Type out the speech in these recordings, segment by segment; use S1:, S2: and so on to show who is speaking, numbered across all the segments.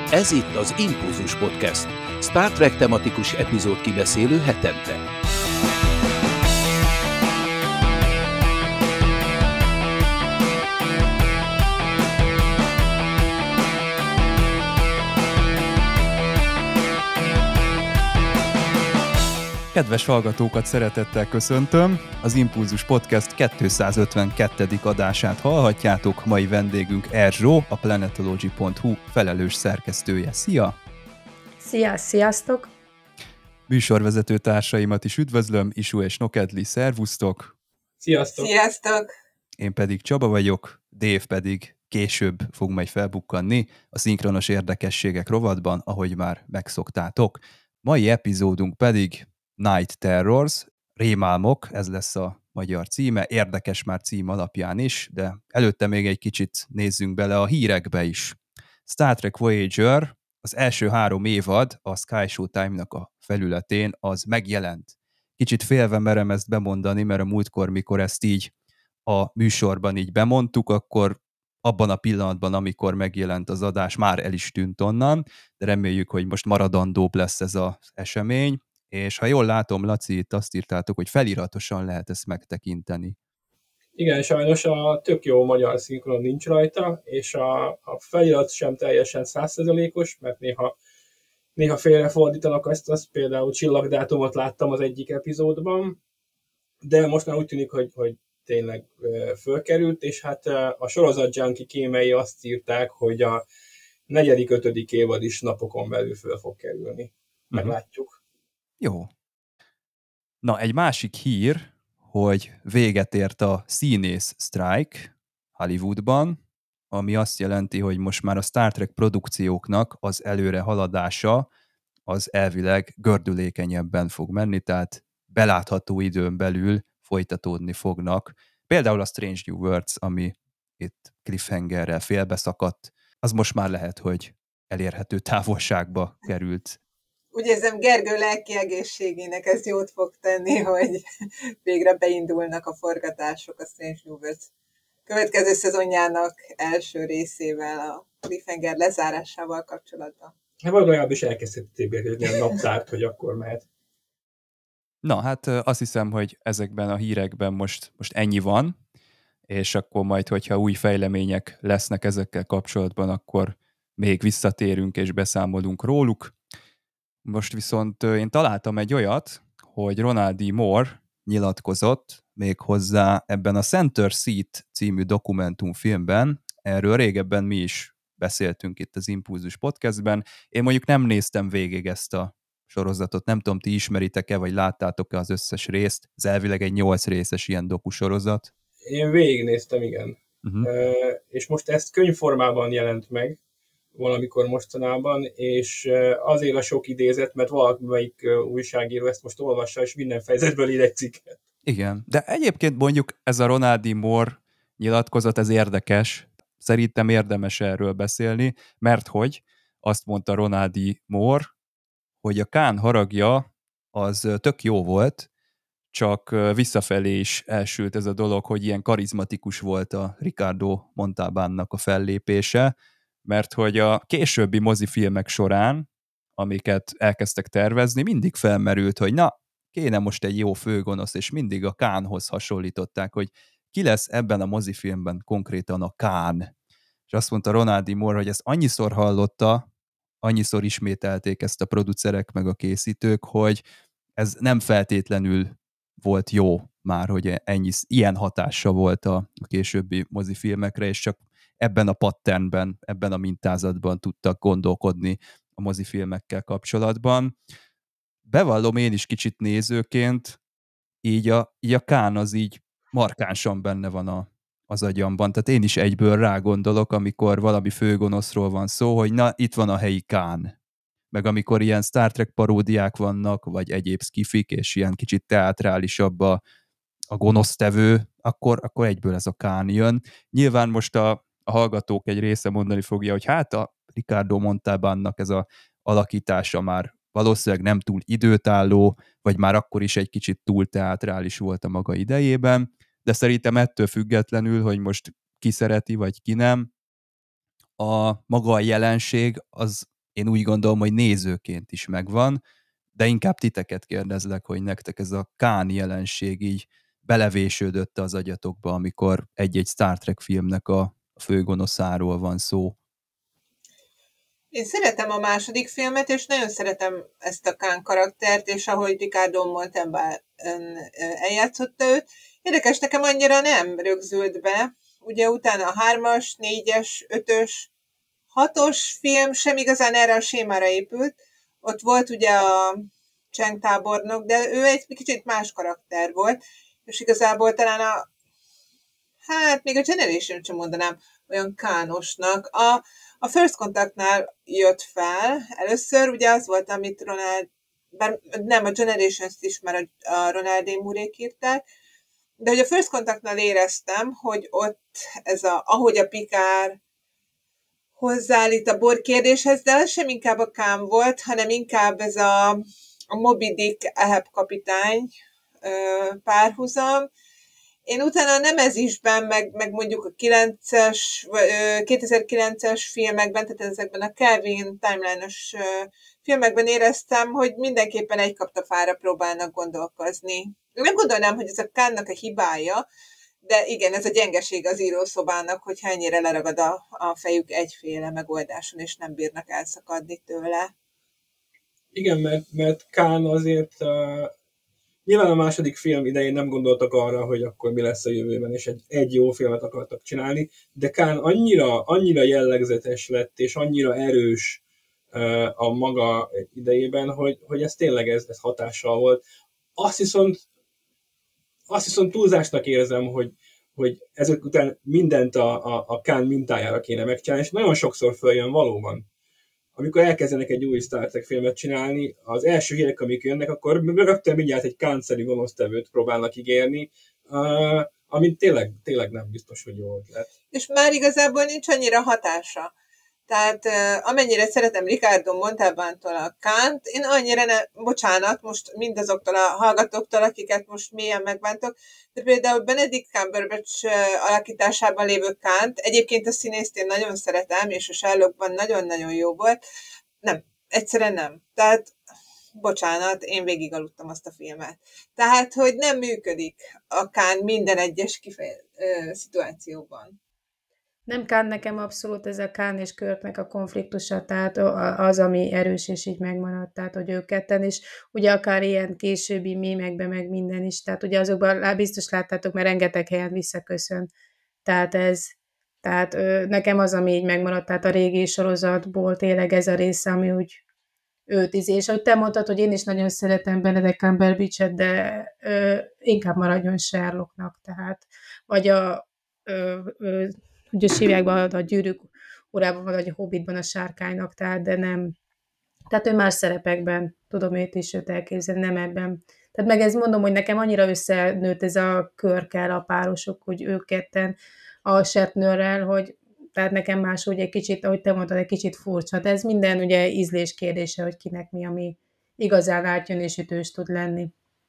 S1: Ez itt az Impulzus Podcast, Star Trek tematikus epizód kibeszélő hetente.
S2: Kedves hallgatókat szeretettel köszöntöm! Az Impulzus Podcast 252. adását hallhatjátok. Mai vendégünk Erzsó, a planetology.hu felelős szerkesztője. Szia!
S3: Sziasztok!
S2: Műsorvezető társaimat is üdvözlöm, Isu és Nokedli, szervusztok!
S4: Sziasztok!
S3: Sziasztok!
S2: Én pedig Csaba vagyok, Dave pedig később fog majd felbukkanni a szinkronos érdekességek rovatban, ahogy már megszoktátok. Mai epizódunk pedig Night Terrors, rémálmok, ez lesz a magyar címe, érdekes már cím alapján is, de előtte még egy kicsit nézzünk bele a hírekbe is. Star Trek Voyager, az első 3 évad a Sky Showtime-nak a felületén az megjelent. Kicsit félve merem ezt bemondani, mert a múltkor, mikor ezt így a műsorban így bemondtuk, akkor abban a pillanatban, amikor megjelent az adás, már el is tűnt onnan, de reméljük, hogy most maradandóbb lesz ez az esemény, és ha jól látom, Laci, itt azt írtátok, hogy feliratosan lehet ezt megtekinteni.
S4: Igen, sajnos a tök jó magyar szinkron nincs rajta, és a felirat sem teljesen 100%-os, mert néha félrefordítanak azt például csillagdátumot láttam az egyik epizódban, de most már úgy tűnik, hogy tényleg fölkerült, és hát a sorozat junkie kémei azt írták, hogy a 4.-5. évad is napokon belül föl fog kerülni. Meglátjuk.
S2: Jó. Na, egy másik hír, hogy véget ért a színész sztrájk Hollywoodban, ami azt jelenti, hogy most már a Star Trek produkcióknak az előre haladása az elvileg gördülékenyebben fog menni, tehát belátható időn belül folytatódni fognak. Például a Strange New Worlds, ami itt cliffhangerrel félbeszakadt, az most már lehet, hogy elérhető távolságba került.
S3: Úgy érzem, Gergő lelki egészségének ez jót fog tenni, hogy végre beindulnak a forgatások a Strange New Worlds következő szezonjának első részével, a cliffhanger lezárásával kapcsolatban.
S4: Hát vagy legalábbis elkezdhették egy ilyen naptárt, hogy akkor mehet.
S2: Na, hát azt hiszem, hogy ezekben a hírekben most ennyi van, és akkor majd, hogyha új fejlemények lesznek ezekkel kapcsolatban, akkor még visszatérünk és beszámolunk róluk. Most viszont én találtam egy olyat, hogy Ronald D. Moore nyilatkozott még hozzá ebben a Center Seat című dokumentumfilmben, erről régebben mi is beszéltünk itt az Impulzus Podcastben. Én mondjuk nem néztem végig ezt a sorozatot, nem tudom, ti ismeritek-e, vagy láttátok-e az összes részt? Ez elvileg egy 8 részes ilyen dokusorozat.
S4: Én végignéztem, igen. És most ezt könyvformában jelent meg, valamikor mostanában, és azért a sok idézet, mert valamelyik újságíró ezt most olvassa, és minden fejezetből ír egy cikket.
S2: Igen, de egyébként mondjuk ez a Ronald D. Moore nyilatkozat, ez érdekes. Szerintem érdemes erről beszélni, mert hogy azt mondta Ronald D. Moore, hogy a Khan haragja az tök jó volt, csak visszafelé is elsült ez a dolog, hogy ilyen karizmatikus volt a Ricardo Montalbánnak a fellépése, mert hogy a későbbi mozifilmek során, amiket elkezdtek tervezni, mindig felmerült, hogy na, kéne most egy jó főgonosz, és mindig a Khanhoz hasonlították, hogy ki lesz ebben a mozifilmben konkrétan a Khan. És azt mondta Ronald D. Moore, hogy ezt annyiszor hallotta, annyiszor ismételték ezt a producerek meg a készítők, hogy ez nem feltétlenül volt jó már, hogy ilyen hatása volt a későbbi mozifilmekre, és csak ebben a patternben, ebben a mintázatban tudtak gondolkodni a mozifilmekkel kapcsolatban. Bevallom én is kicsit nézőként, így a Khan az így markánsan benne van az agyamban. Tehát én is egyből rágondolok, amikor valami főgonoszról van szó, hogy na, itt van a helyi Khan. Meg amikor ilyen Star Trek paródiák vannak, vagy egyéb skifik, és ilyen kicsit teátrálisabb a gonosztevő, akkor egyből ez a Khan jön. Nyilván most a hallgatók egy része mondani fogja, hogy hát a Ricardo Montalbánnak ez a alakítása már valószínűleg nem túl időtálló, vagy már akkor is egy kicsit túl teátrális volt a maga idejében, de szerintem ettől függetlenül, hogy most ki szereti, vagy ki nem, a maga a jelenség az én úgy gondolom, hogy nézőként is megvan, de inkább titeket kérdezlek, hogy nektek ez a Khan jelenség így belevésődött az agyatokba, amikor egy-egy Star Trek filmnek a főgonoszáról van szó.
S3: Én szeretem a második filmet, és nagyon szeretem ezt a Khan karaktert, és ahogy Ricardo Montalban eljátszotta őt. Érdekes, nekem annyira nem rögzült be. Ugye utána a 3-as, 4-es, 5-ös, 6-os film sem igazán erre a sémára épült. Ott volt ugye a Chang tábornok, de ő egy kicsit más karakter volt, és igazából talán még a Generation sem mondanám olyan kánosnak. A First Contactnál jött fel először, ugye az volt, amit bár nem, a Generations is már a Ronald D. Moore-ék írták, de hogy a First Contactnál éreztem, hogy ott ahogy a Picard hozzáállít a Borg kérdéshez, de az sem inkább a Khan volt, hanem inkább ez a Moby Dick Ahab kapitány párhuzam. Én utána a Nemezisben, meg mondjuk a 2009-es filmekben, tehát ezekben a Kelvin timeline-os filmekben éreztem, hogy mindenképpen egy kaptafára próbálnak gondolkozni. Nem gondolnám, hogy ez a Khannak a hibája, de igen, ez a gyengeség az írószobának, hogyha ennyire leragad a fejük egyféle megoldáson, és nem bírnak elszakadni tőle.
S4: Igen, mert Khan azért nyilván a második film idején nem gondoltak arra, hogy akkor mi lesz a jövőben, és egy jó filmet akartak csinálni, de Khan annyira jellegzetes lett, és annyira erős a maga idejében, hogy ez tényleg ez hatással volt. Azt viszont túlzásnak érzem, hogy ezek után mindent a Khan mintájára kéne megcsinálni, és nagyon sokszor följön valóban. Amikor elkezdenek egy új Star Trek filmet csinálni, az első hírek, amik jönnek, akkor rögtön mindjárt egy Khan-szerű gonosztevőt próbálnak ígérni, amit tényleg nem biztos, hogy jó ötlet.
S3: És már igazából nincs annyira hatása. Tehát amennyire szeretem Ricardo Montalbántól a Kant, én annyira bocsánat, most mindazoktól a hallgatóktól, akiket most mélyen megbántok, de például Benedict Cumberbatch alakításában lévő Kant, egyébként a színészt én nagyon szeretem, és a Sherlockban nagyon-nagyon jó volt. Nem, egyszerűen nem. Tehát, bocsánat, én végigaludtam azt a filmet. Tehát, hogy nem működik a Kant minden egyes szituációban.
S5: Nem Khan nekem abszolút ez a Khan és Kirknek a konfliktusa, tehát az, ami erős és így megmaradt, tehát hogy ők ketten is, ugye akár ilyen későbbi mémekben meg minden is, tehát ugye azokban biztos láttátok, mert rengeteg helyen visszaköszön, tehát nekem az, ami így megmaradt, tehát a régi sorozatból tényleg ez a része, ami úgy őt is, és ahogy te mondtad, hogy én is nagyon szeretem Benedict Cumberbatchet, de inkább maradjon Sherlocknak, tehát, vagy hogy hívják be a Gyűrűk urában, vagy a Hobbitban a sárkánynak, tehát, de nem. Tehát ő más szerepekben tudom őt elképzelni, nem ebben. Tehát meg ezt mondom, hogy nekem annyira összenőtt ez a körkel a párosok, hogy ők ketten a Shatnerrel, hogy tehát nekem máshogy egy kicsit, ahogy te mondtad, egy kicsit furcsa. De ez minden ugye ízlés kérdése, hogy kinek mi, ami igazán átjön és ütős tud lenni.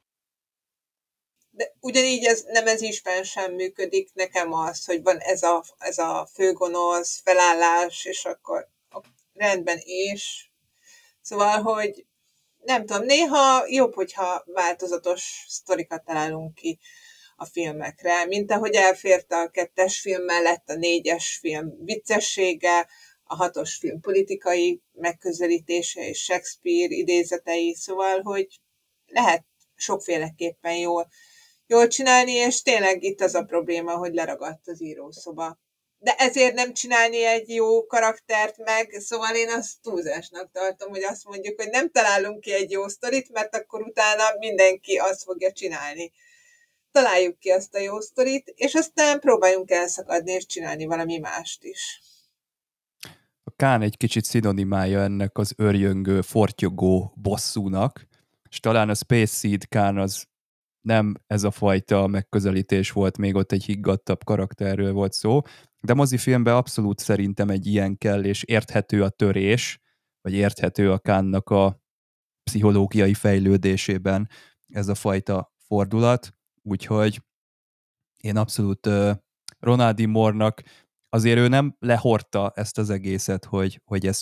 S3: De ugyanígy ez isben sem működik nekem az, hogy van ez a főgonosz felállás, és akkor rendben és. Szóval, hogy nem tudom, néha jobb, hogyha változatos sztorikat találunk ki a filmekre, mint ahogy elfért a 2-es film mellett a 4-es film viccessége, a 6-os film politikai megközelítése és Shakespeare idézetei, szóval, hogy lehet sokféleképpen jól csinálni, és tényleg itt az a probléma, hogy leragadt az írószoba. De ezért nem csinálni egy jó karaktert meg, szóval én azt túlzásnak tartom, hogy azt mondjuk, hogy nem találunk ki egy jó sztorit, mert akkor utána mindenki azt fogja csinálni. Találjuk ki azt a jó sztorit, és aztán próbáljunk elszakadni, és csinálni valami mást is.
S2: A Khan egy kicsit szinonimája ennek az örjöngő, fortyogó bosszúnak, és talán a Space Seed Khan az nem ez a fajta megközelítés volt, még ott egy higgadtabb karakterről volt szó, de mozifilmben abszolút szerintem egy ilyen kell, és érthető a törés, vagy érthető a Khannak a pszichológiai fejlődésében ez a fajta fordulat, úgyhogy én abszolút Ronald D. Moore-nak azért ő nem lehordta ezt az egészet, hogy ezt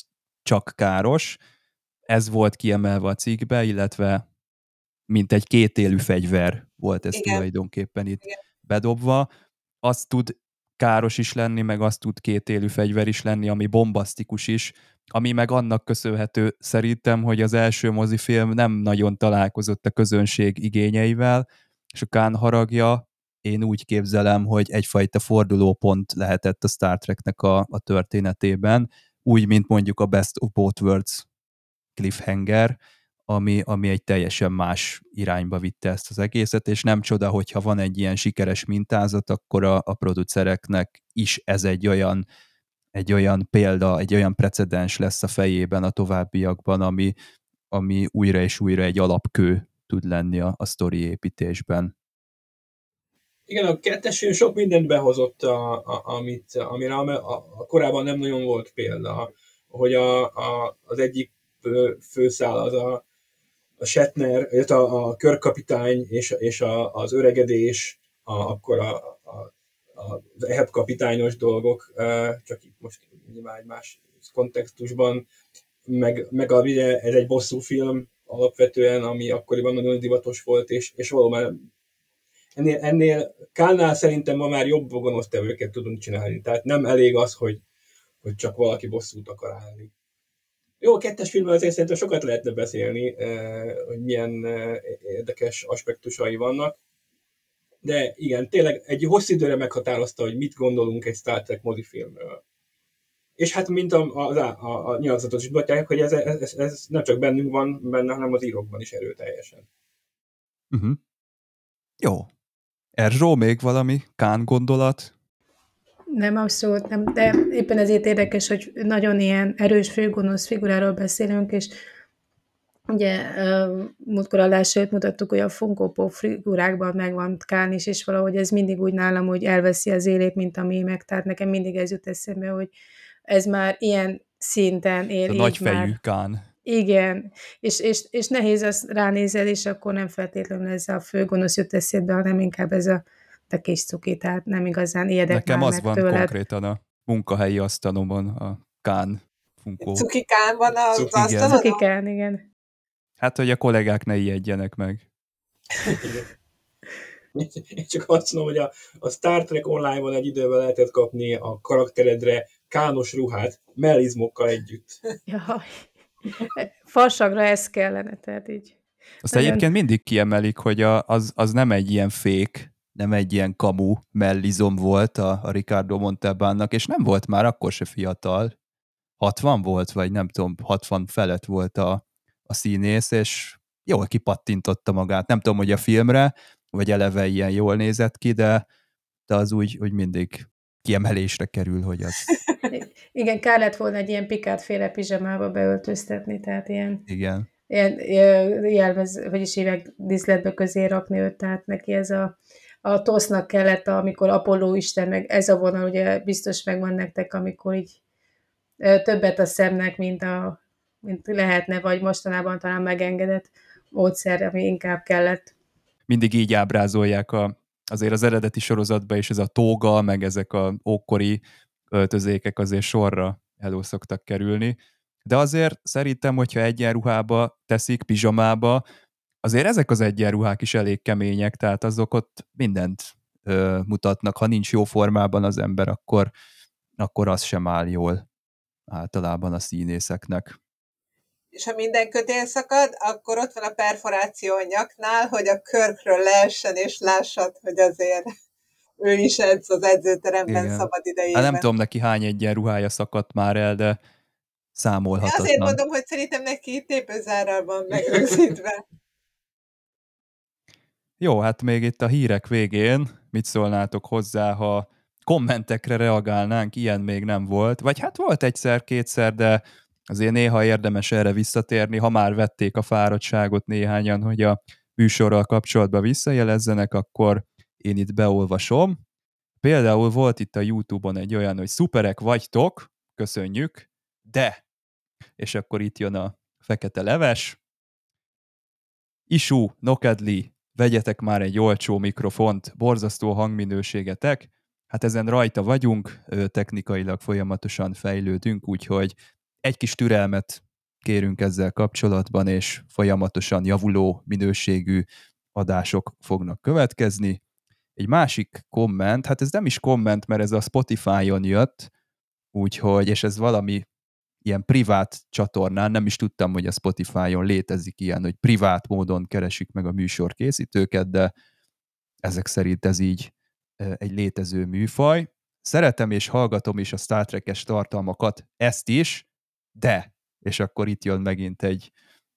S2: csak káros. Ez volt kiemelve a cikkbe, illetve mint egy kétélű fegyver volt ez
S3: Igen.
S2: tulajdonképpen itt
S3: Igen.
S2: bedobva. Az tud káros is lenni, meg az tud kétélű fegyver is lenni, ami bombasztikus is, ami meg annak köszönhető szerintem, hogy az első mozifilm nem nagyon találkozott a közönség igényeivel, és a Khan haragja én úgy képzelem, hogy egyfajta fordulópont lehetett a Star Treknek a történetében, úgy, mint mondjuk a Best of Both Worlds cliffhanger, ami egy teljesen más irányba vitte ezt az egészet, és nem csoda, hogyha van egy ilyen sikeres mintázat, akkor a producereknek is ez egy olyan példa, egy olyan precedens lesz a fejében a továbbiakban, ami újra és újra egy alapkő tud lenni a sztori építésben.
S4: Igen, a kettes film sok mindent behozott, amire korábban nem nagyon volt példa, hogy az egyik főszál az a Shatner, illetve a Kirk kapitány és az öregedés, akkor az Ehab kapitányos dolgok, csak itt most nyilván egy más kontextusban, meg ugye ez egy bosszú film alapvetően, ami akkoriban nagyon divatos volt, és valóban ennél Khánnál szerintem ma már jobb gonosztevőket tudunk csinálni, tehát nem elég az, hogy csak valaki bosszút akar állni. Jó, a kettes filmben azért szerintem sokat lehetne beszélni, hogy milyen érdekes aspektusai vannak, de igen, tényleg egy hosszú időre meghatározta, hogy mit gondolunk egy Star Trek mozifilmről. És hát mint a nyilatkozatot is mutatják, hogy ez nem csak bennünk van benne, hanem az írókban is erőteljesen.
S2: Uh-huh. Jó. Erzsó, még valami Khan gondolat?
S5: Nem, abszolút nem, de éppen ezért érdekes, hogy nagyon ilyen erős főgonosz figuráról beszélünk, és ugye múltkor adásért mutattuk, hogy a Funko Pop figurákban megvan Khan is, és valahogy ez mindig úgy nálam, hogy elveszi az élét, mint a mémek, tehát nekem mindig ez jut eszembe, hogy ez már ilyen szinten él.
S2: A nagyfejű Khan.
S5: Igen, és nehéz azt ránézel, és akkor nem feltétlenül ez a főgonosz jut eszedbe, hanem inkább ez a te kis cuki, tehát nem igazán érdek
S2: Nekem
S5: már
S2: az
S5: meg
S2: van
S5: tőled.
S2: konkrétan a munkahelyi asztalomon a Khan Funko.
S3: Cuki Khan van az
S4: Cuki,
S3: asztalon?
S5: Cuki Khan, igen.
S2: Hát, hogy a kollégák ne ijedjenek meg.
S4: Én csak azt mondom, hogy a Star Trek Online-ban egy időben lehetett kapni a karakteredre kános ruhát, mellizmokkal együtt.
S5: Jaj. Farsagra ez kellene, tehát így.
S2: Azt
S5: Nagyon-
S2: egyébként mindig kiemelik, hogy az nem egy ilyen fék, nem egy ilyen kamu mellizom volt a Ricardo Montalbánnak, és nem volt már akkor se fiatal. 60 volt, vagy nem tudom, 60 felett volt a színész, és jól kipattintotta magát. Nem tudom, hogy a filmre, vagy eleve ilyen jól nézett ki, de az úgy mindig kiemelésre kerül, hogy az...
S5: Igen, kár lett volna egy ilyen Picard-féle pizsamába beöltöztetni, tehát ilyen
S2: Igen.
S5: jelmez, hogy is hívják, díszletbe közé rakni őt, tehát neki ez a tosznak kellett, amikor Apolló Isten, meg ez a vonal, ugye biztos megvan nektek, amikor így többet a szemnek, mint lehetne, vagy mostanában talán megengedett módszer, ami inkább kellett.
S2: Mindig így ábrázolják azért az eredeti sorozatban is ez a tóga, meg ezek a ókori öltözékek azért sorra elő szoktak kerülni. De azért szerintem, hogyha egyenruhába teszik, pizsamába, azért ezek az egyenruhák is elég kemények, tehát azok ott mindent mutatnak. Ha nincs jó formában az ember, akkor az sem áll jól általában a színészeknek.
S3: És ha minden kötél szakad, akkor ott van a perforáció a nyaknál, hogy a Kirkről leessen és lássad, hogy azért ő is edz az edzőteremben
S2: Igen.
S3: szabad idejében.
S2: Hát nem tudom neki hány egyenruhája szakadt már el, de számolhatatlan.
S3: Azért mondom, hogy szerintem neki tépőzárral van megőszítve.
S2: Jó, hát még itt a hírek végén mit szólnátok hozzá, ha kommentekre reagálnánk, ilyen még nem volt. Vagy hát volt egyszer-kétszer, de azért néha érdemes erre visszatérni, ha már vették a fáradtságot néhányan, hogy a műsorral kapcsolatban visszajelezzenek, akkor én itt beolvasom. Például volt itt a YouTube-on egy olyan, hogy szuperek vagytok, köszönjük, de, és akkor itt jön a fekete leves. Isu, nokedli, vegyetek már egy olcsó mikrofont, borzasztó hangminőségetek, hát ezen rajta vagyunk, technikailag folyamatosan fejlődünk, úgyhogy Egy kis türelmet kérünk ezzel kapcsolatban, és folyamatosan javuló minőségű adások fognak következni. Egy másik komment, hát ez nem is komment, mert ez a Spotify-on jött, úgyhogy, és ez valami ilyen privát csatornán, nem is tudtam, hogy a Spotify-on létezik ilyen, hogy privát módon keresik meg a műsorkészítőket, de ezek szerint ez így egy létező műfaj. Szeretem és hallgatom is a Star Trek-es tartalmakat, ezt is, de, és akkor itt jön megint egy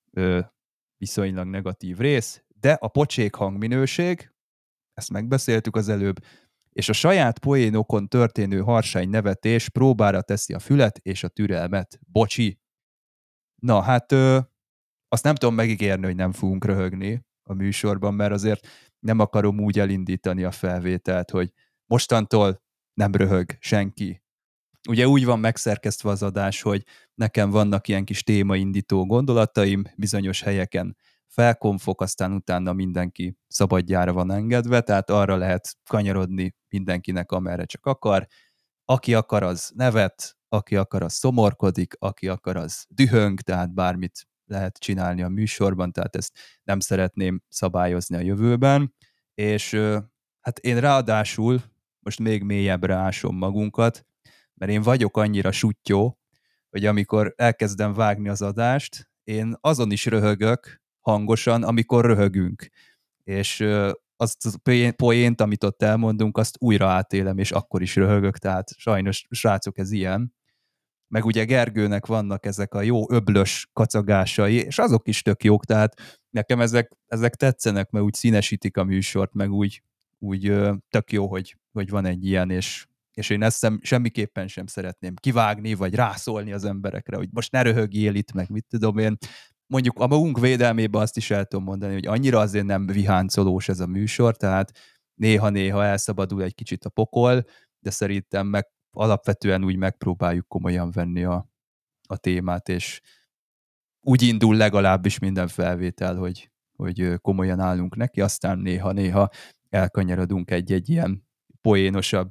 S2: viszonylag negatív rész, de a pocsék hangminőség, ezt megbeszéltük az előbb, és a saját poénokon történő harsány nevetés próbára teszi a fület és a türelmet. Bocsi! Na, hát azt nem tudom megígérni, hogy nem fogunk röhögni a műsorban, mert azért nem akarom úgy elindítani a felvételt, hogy mostantól nem röhög senki. Ugye úgy van megszerkesztve az adás, hogy nekem vannak ilyen kis témaindító gondolataim, bizonyos helyeken felkonfok, aztán utána mindenki szabadjára van engedve, tehát arra lehet kanyarodni mindenkinek, amerre csak akar. Aki akar, az nevet, aki akar, az szomorkodik, aki akar, az dühöng, tehát bármit lehet csinálni a műsorban, tehát ezt nem szeretném szabályozni a jövőben, és hát én ráadásul most még mélyebbre ásom magunkat, mert én vagyok annyira suttyó, hogy amikor elkezdem vágni az adást, én azon is röhögök hangosan, amikor röhögünk. És azt a poént, amit ott elmondunk, azt újra átélem, és akkor is röhögök, tehát sajnos, srácok, ez ilyen. Meg ugye Gergőnek vannak ezek a jó öblös kacagásai, és azok is tök jók, tehát nekem ezek tetszenek, mert úgy színesítik a műsort, meg úgy tök jó, hogy van egy ilyen, és én ezt semmiképpen sem szeretném kivágni, vagy rászólni az emberekre, hogy most ne röhögjél itt, meg mit tudom én. Mondjuk a magunk védelmében azt is el tudom mondani, hogy annyira azért nem viháncolós ez a műsor, tehát néha-néha elszabadul egy kicsit a pokol, de szerintem alapvetően úgy megpróbáljuk komolyan venni a témát, és úgy indul legalábbis minden felvétel, hogy komolyan állunk neki, aztán néha-néha elkanyarodunk egy ilyen poénosabb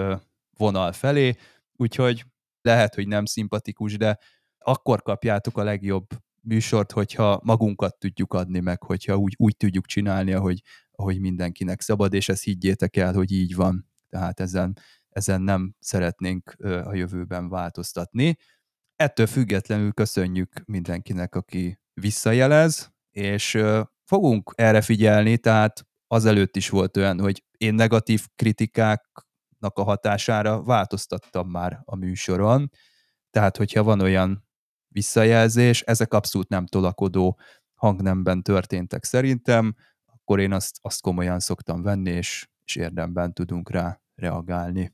S2: vonal felé, úgyhogy lehet, hogy nem szimpatikus, de akkor kapjátok a legjobb műsort, hogyha magunkat tudjuk adni meg, hogyha úgy tudjuk csinálni, ahogy mindenkinek szabad, és ezt higgyétek el, hogy így van. Tehát ezen nem szeretnénk a jövőben változtatni. Ettől függetlenül köszönjük mindenkinek, aki visszajelez, és fogunk erre figyelni, tehát azelőtt is volt olyan, hogy én negatív kritikáknak a hatására változtattam már a műsoron, tehát hogyha van olyan visszajelzés, ezek abszolút nem tolakodó hangnemben történtek szerintem, akkor én azt komolyan szoktam venni, és érdemben tudunk rá reagálni.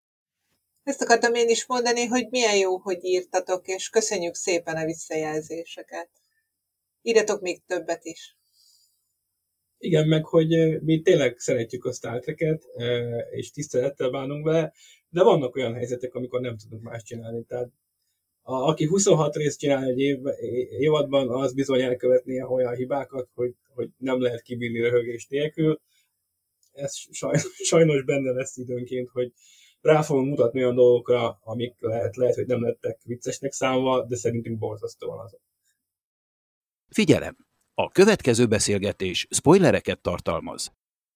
S3: Ezt akartam én is mondani, hogy milyen jó, hogy írtatok, és köszönjük szépen a visszajelzéseket. Írjatok még többet is.
S4: Igen, meg hogy mi tényleg szeretjük a Star Trek-et, és tisztelettel bánunk vele, de vannak olyan helyzetek, amikor nem tudunk más csinálni. Tehát aki 26 részt csinál egy évadban, az bizony elkövetné olyan hibákat, hogy nem lehet kibírni röhögés nélkül. Ez sajnos benne lesz időnként, hogy rá fogunk mutatni olyan dolgokra, amik lehet, hogy nem lettek viccesnek számva, de szerintünk borzasztóan azok.
S1: Figyelem! A következő beszélgetés spoilereket tartalmaz.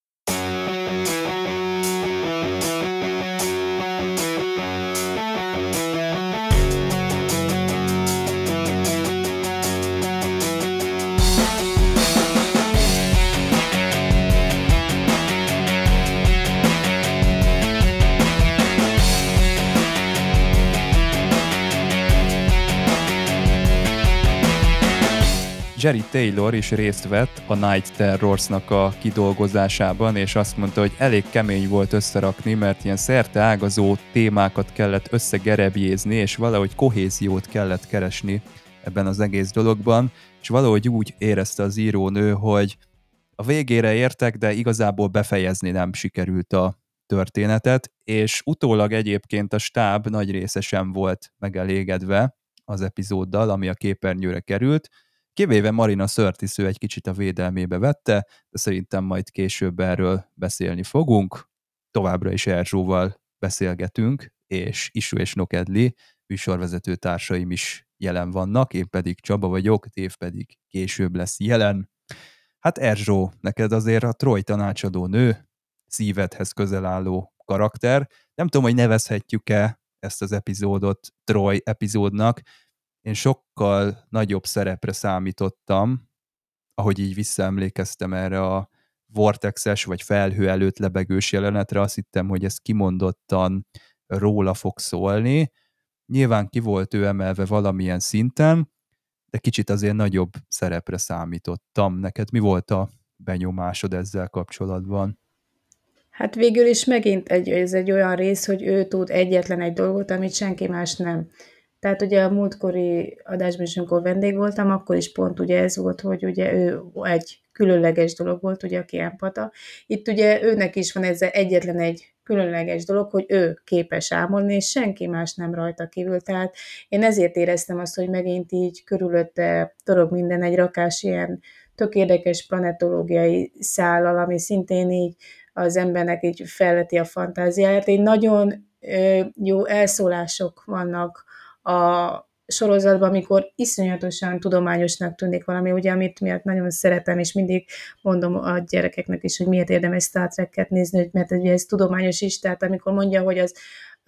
S2: Jerry Taylor is részt vett a Night Terrors-nak a kidolgozásában, és azt mondta, hogy elég kemény volt összerakni, mert ilyen szerte ágazó témákat kellett összegerebjézni, és valahogy kohéziót kellett keresni ebben az egész dologban, és valahogy úgy érezte az írónő, hogy a végére értek, de igazából befejezni nem sikerült a történetet, és utólag egyébként a stáb nagy része sem volt megelégedve az epizóddal, ami a képernyőre került, kivéve Marina Sirtis, ő egy kicsit a védelmébe vette, de szerintem majd később erről beszélni fogunk. Továbbra is Erzsóval beszélgetünk, és Isu és Nokedli műsorvezető társaim is jelen vannak, én pedig Csaba vagyok, Dév pedig később lesz jelen. Hát Erzsó, neked azért a Troy tanácsadó nő, szívedhez közel álló karakter. Nem tudom, hogy nevezhetjük-e ezt az epizódot Troy epizódnak. Én sokkal nagyobb szerepre számítottam, ahogy így visszaemlékeztem erre a vortexes vagy felhő előtt lebegős jelenetre, azt hittem, hogy ez kimondottan róla fog szólni. Nyilván ki volt ő emelve valamilyen szinten, de kicsit azért nagyobb szerepre számítottam. Neked mi volt a benyomásod ezzel kapcsolatban?
S5: Hát végül is megint ez egy olyan rész, hogy ő tud egyetlen egy dolgot, amit senki más nem. Tehát ugye a múltkori adásban is, amikor vendég voltam, akkor is pont ugye ez volt, hogy ugye ő egy különleges dolog volt, ugye, aki empata. Itt ugye őnek is van ezzel egyetlen egy különleges dolog, hogy ő képes álmodni, és senki más nem rajta kívül. Tehát én ezért éreztem azt, hogy megint így körülötte torog minden egy rakás ilyen tök érdekes planetológiai szállal, ami szintén így az embernek így felleti a fantáziáját. Így nagyon jó elszólások vannak a sorozatban, amikor iszonyatosan tudományosnak tűnik valami, ugye, amit miatt nagyon szeretem, és mindig mondom a gyerekeknek is, hogy miért érdemes Star Trek-et nézni, mert ugye ez tudományos is, tehát amikor mondja, hogy az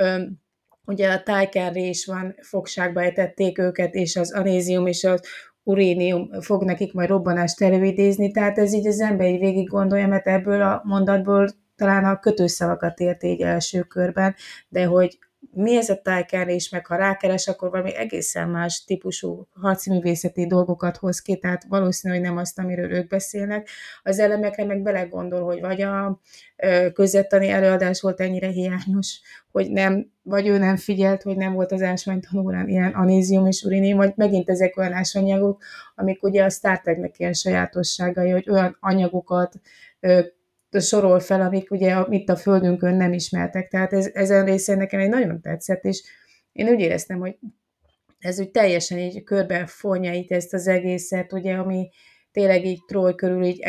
S5: ugye a Tyker is van, fogságba ejtették őket, és az anézium és az urénium fog nekik majd robbanást előidézni, tehát ez így az ember így végig gondolja, mert ebből a mondatból talán a kötőszavakat ért így első körben, de hogy mi ez a tájkárés, meg ha rákeres, akkor valami egészen más típusú harcművészeti dolgokat hoz ki, tehát valószínű, hogy nem azt, amiről ők beszélnek. Az elemekre meg belegondol, hogy vagy a középtani előadás volt ennyire hiányos, hogy nem, vagy ő nem figyelt, hogy nem volt az ásványtanórán ilyen anézium és urinéum, vagy megint ezek olyan ásványanyagok, amik ugye a Star Treknek ilyen sajátosságai, hogy olyan anyagokat sorol fel, amik ugye itt a Földünkön nem ismertek. Tehát ezen részén nekem egy nagyon tetszett, és én úgy éreztem, hogy ez úgy teljesen így körbe fonja itt ezt az egészet, ugye, ami tényleg így Troy körül így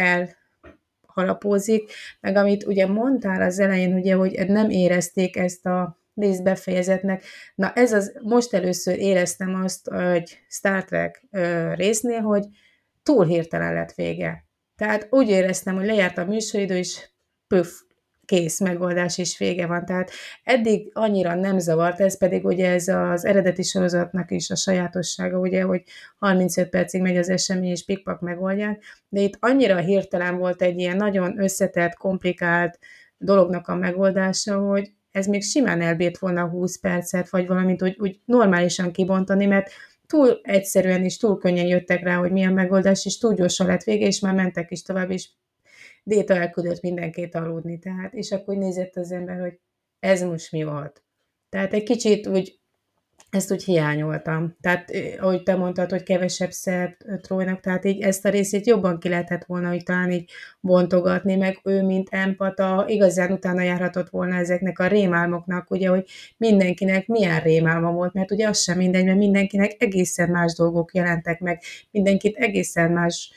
S5: elharapózik, meg amit ugye mondtál az elején, ugye, hogy nem érezték ezt a részt befejezetnek. Na ez az, most először éreztem azt egy Star Trek résznél, hogy túl hirtelen lett vége. Tehát úgy éreztem, hogy lejárt a műsoridő, és püff, kész, megoldás és vége van. Tehát eddig annyira nem zavart, ez pedig ugye ez az eredeti sorozatnak is a sajátossága, ugye, hogy 35 percig megy az esemény, és pikpak megoldják, de itt annyira hirtelen volt egy ilyen nagyon összetett, komplikált dolognak a megoldása, hogy ez még simán elbírt volna 20 percet, vagy valamit úgy normálisan kibontani, mert túl egyszerűen és túl könnyen jöttek rá, hogy milyen megoldás, és túl gyorsan lett vége, és már mentek is tovább, és Déta elküldött mindenkit aludni. Tehát, és akkor nézett az ember, hogy ez most mi volt. Tehát egy kicsit úgy, ezt úgy hiányoltam. Tehát, ahogy te mondtad, hogy kevesebb szert Troynak, tehát így ezt a részét jobban ki lehetett volna, hogy talán így bontogatni, meg ő, mint empata, igazán utána járhatott volna ezeknek a rémálmoknak, ugye, hogy mindenkinek milyen rémálma volt, mert ugye az sem mindegy, mert mindenkinek egészen más dolgok jelentek meg, mindenkit egészen más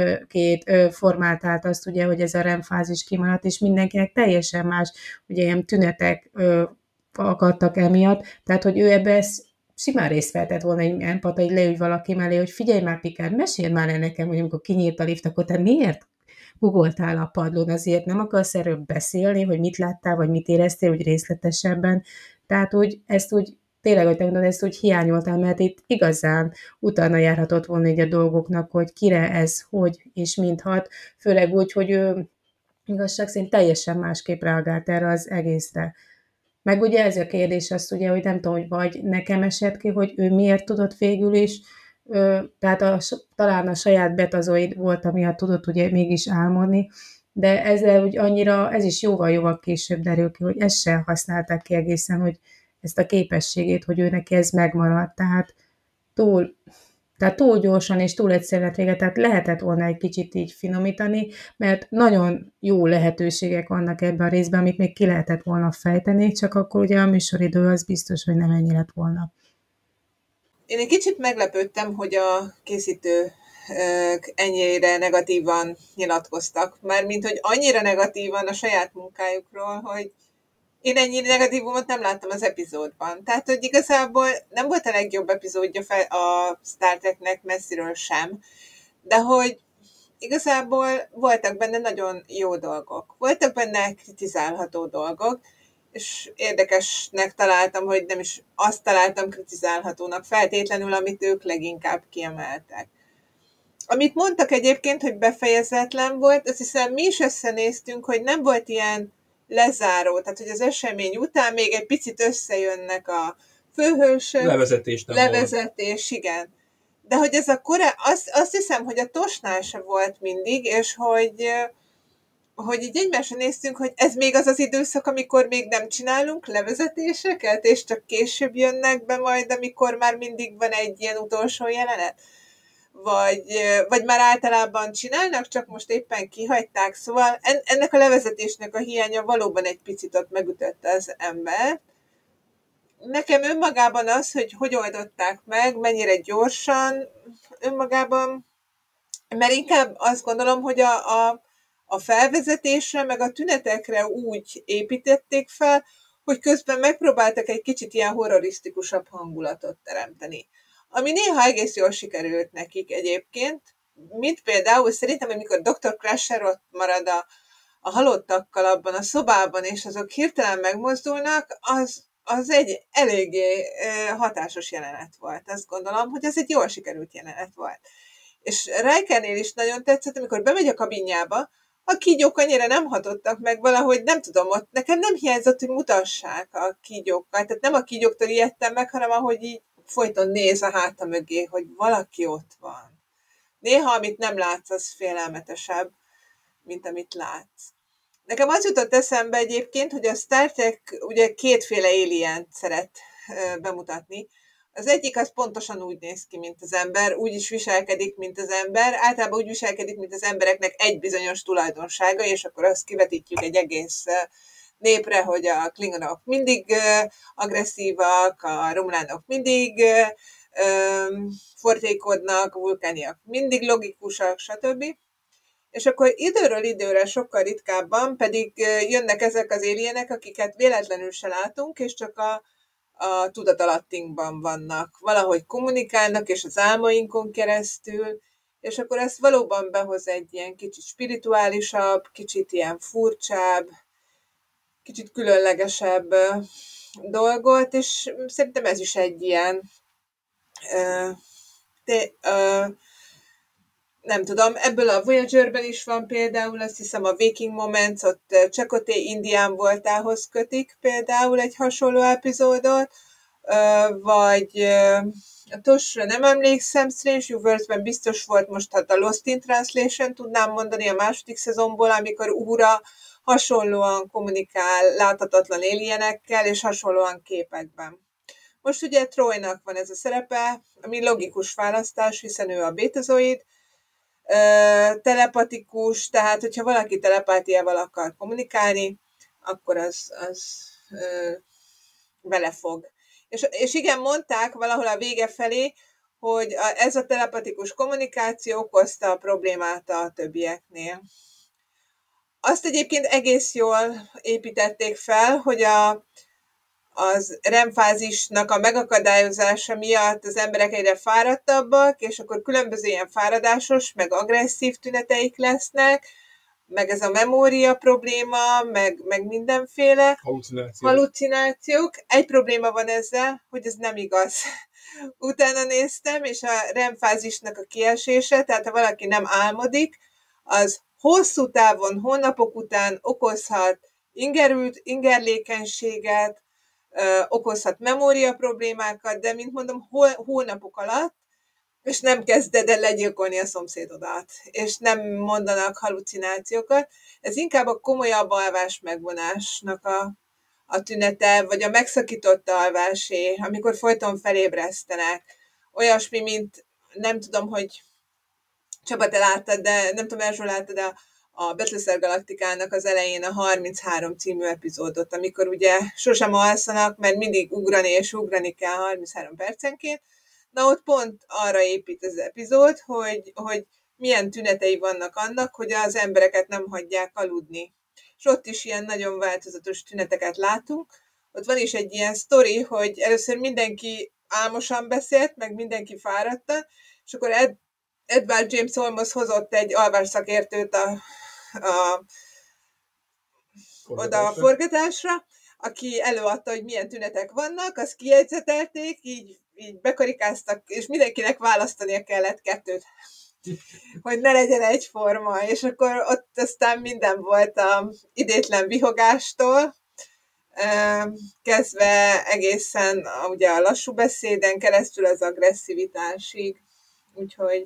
S5: formát állt azt, ugye, hogy ez a REM fázis kimaradt, és mindenkinek teljesen más, ugye ilyen tünetek akadtak emiatt, tehát, hogy ő ebbe simán részt vehetett volna egy empata, így leülj valaki mellé, hogy figyelj már, Picard, meséld már el nekem, hogy amikor kinyílt a lift, akkor te miért googoltál a padlón, azért nem akarsz erről beszélni, hogy mit láttál, vagy mit éreztél, úgy részletesebben. Tehát úgy, ezt úgy tényleg, hogy te mondod, ezt úgy hiányoltál, mert itt igazán utána járhatott volna így a dolgoknak, hogy kire ez, hogy és mint hat, főleg úgy, hogy ő igazság szerint teljesen másképp reagált erre az egészre. Meg ugye ez a kérdés az ugye, hogy nem tudom, hogy vagy nekem esett ki, hogy ő miért tudott végül is, tehát talán a saját betazoid volt, amiatt tudott ugye mégis álmodni, de ezzel úgy annyira, ez is jóval később derül ki, hogy ezt sem használták ki egészen, hogy ezt a képességét, hogy ő neki ez megmaradt, tehát túl gyorsan és túl egyszerű lett vége, tehát lehetett volna egy kicsit így finomítani, mert nagyon jó lehetőségek vannak ebben a részben, amit még ki lehetett volna fejteni, csak akkor ugye a műsoridő az biztos, hogy nem ennyi lett volna.
S3: Én egy kicsit meglepődtem, hogy a készítő ennyire negatívan nyilatkoztak. Mármint, hogy annyira negatívan a saját munkájukról, hogy Én ennyi negatívumot nem láttam az epizódban. Tehát, hogy igazából nem volt a legjobb epizódja a Star Treknek messziről sem, de hogy igazából voltak benne nagyon jó dolgok. Voltak benne kritizálható dolgok, és érdekesnek találtam, hogy nem is azt találtam kritizálhatónak feltétlenül, amit ők leginkább kiemeltek. Amit mondtak egyébként, hogy befejezetlen volt, azt hiszem mi is összenéztünk, hogy nem volt ilyen lezáró, tehát hogy az esemény után még egy picit összejönnek a főhősök. Levezetés, igen. De hogy ez azt hiszem, hogy a Tosnál se volt mindig, és hogy így egymásra néztünk, hogy ez még az az időszak, amikor még nem csinálunk levezetéseket, és csak később jönnek be majd, amikor már mindig van egy ilyen utolsó jelenet. Vagy már általában csinálnak, csak most éppen kihagyták. Szóval ennek a levezetésnek a hiánya valóban egy picit ott megütötte az embert. Nekem önmagában az, hogy oldották meg, mennyire gyorsan önmagában, mert inkább azt gondolom, hogy a felvezetésre, meg a tünetekre úgy építették fel, hogy közben megpróbáltak egy kicsit ilyen horrorisztikusabb hangulatot teremteni. Ami néha egész jól sikerült nekik egyébként, mint például szerintem, amikor Dr. Crusher ott marad a halottakkal abban a szobában, és azok hirtelen megmozdulnak, az egy eléggé hatásos jelenet volt. Azt gondolom, hogy ez egy jól sikerült jelenet volt. És Rikernél is nagyon tetszett, amikor bemegy a kabinjába, a kígyók annyira nem hatottak meg valahogy, nem tudom, ott nekem nem hiányzott, hogy mutassák a kígyókkal. Tehát nem a kígyóktól ijedtem meg, hanem ahogy így folyton néz a háta mögé, hogy valaki ott van. Néha, amit nem látsz, az félelmetesebb, mint amit látsz. Nekem az jutott eszembe egyébként, hogy a Star Trek ugye kétféle alien szeret bemutatni. Az egyik az pontosan úgy néz ki, mint az ember, úgy is viselkedik, mint az ember, általában úgy viselkedik, mint az embereknek egy bizonyos tulajdonsága, és akkor azt kivetítjük egy egész népre, hogy a klingonok mindig agresszívak, a romulánok mindig fortékodnak, a vulkániak mindig logikusak, stb. És akkor időről időre sokkal ritkábban pedig jönnek ezek az alienek, akiket véletlenül se látunk, és csak a tudatalattinkban vannak. Valahogy kommunikálnak, és az álmainkon keresztül, és akkor ezt valóban behoz egy ilyen kicsit spirituálisabb, kicsit ilyen furcsább, kicsit különlegesebb dolgot, és szerintem ez is egy ilyen nem tudom, ebből a Voyager-ben is van például, azt hiszem a Waking Moments, ott Chakotay Indián voltához kötik például egy hasonló epizódot, vagy a TOS-ra nem emlékszem, Strange Universe-ben biztos volt, most hát a Lost in Translation tudnám mondani a második szezonból, amikor Uhura hasonlóan kommunikál láthatatlan alienekkel, és hasonlóan képekben. Most ugye Troynak van ez a szerepe, ami logikus választás, hiszen ő a bétazoid, telepatikus, tehát hogyha valaki telepátiával akar kommunikálni, akkor az vele fog. És igen, mondták valahol a vége felé, hogy ez a telepatikus kommunikáció okozta a problémát a többieknél. Azt egyébként egész jól építették fel, hogy az REM-fázisnak a megakadályozása miatt az emberek egyre fáradtabbak, és akkor különböző ilyen fáradásos, meg agresszív tüneteik lesznek, meg ez a memória probléma, meg mindenféle halucinációk. Egy probléma van ezzel, hogy ez nem igaz. Utána néztem, és a REM-fázisnak a kiesése, tehát ha valaki nem álmodik, az hosszú távon, hónapok után okozhat ingerlékenységet, okozhat memória problémákat, de mint mondom, hónapok alatt, és nem kezded el legyilkolni a szomszédodat, és nem mondanak halucinációkat. Ez inkább a komolyabb alvás megvonásnak a tünete, vagy a megszakított alvásé, amikor folyton felébresztenek. Olyasmi, mint nem tudom, hogy Csaba, te láttad, de nem tudom, Erzsó láttad a Battlestar Galactikának az elején a 33 című epizódot, amikor ugye sosem alszanak, mert mindig ugrani kell 33 percenként. Na ott pont arra épít az epizód, hogy milyen tünetei vannak annak, hogy az embereket nem hagyják aludni. és ott is ilyen nagyon változatos tüneteket látunk. Ott van is egy ilyen sztori, hogy először mindenki álmosan beszélt, meg mindenki fáradtan, és akkor Edward James Olmos hozott egy alvásszakértőt oda a forgatásra, aki előadta, hogy milyen tünetek vannak, azt kijegyzetelték, így bekarikáztak, és mindenkinek választania kellett 2, hogy ne legyen egyforma, és akkor ott aztán minden volt a idétlen vihogástól, kezdve egészen ugye a lassú beszéden keresztül az agresszivitásig, úgyhogy...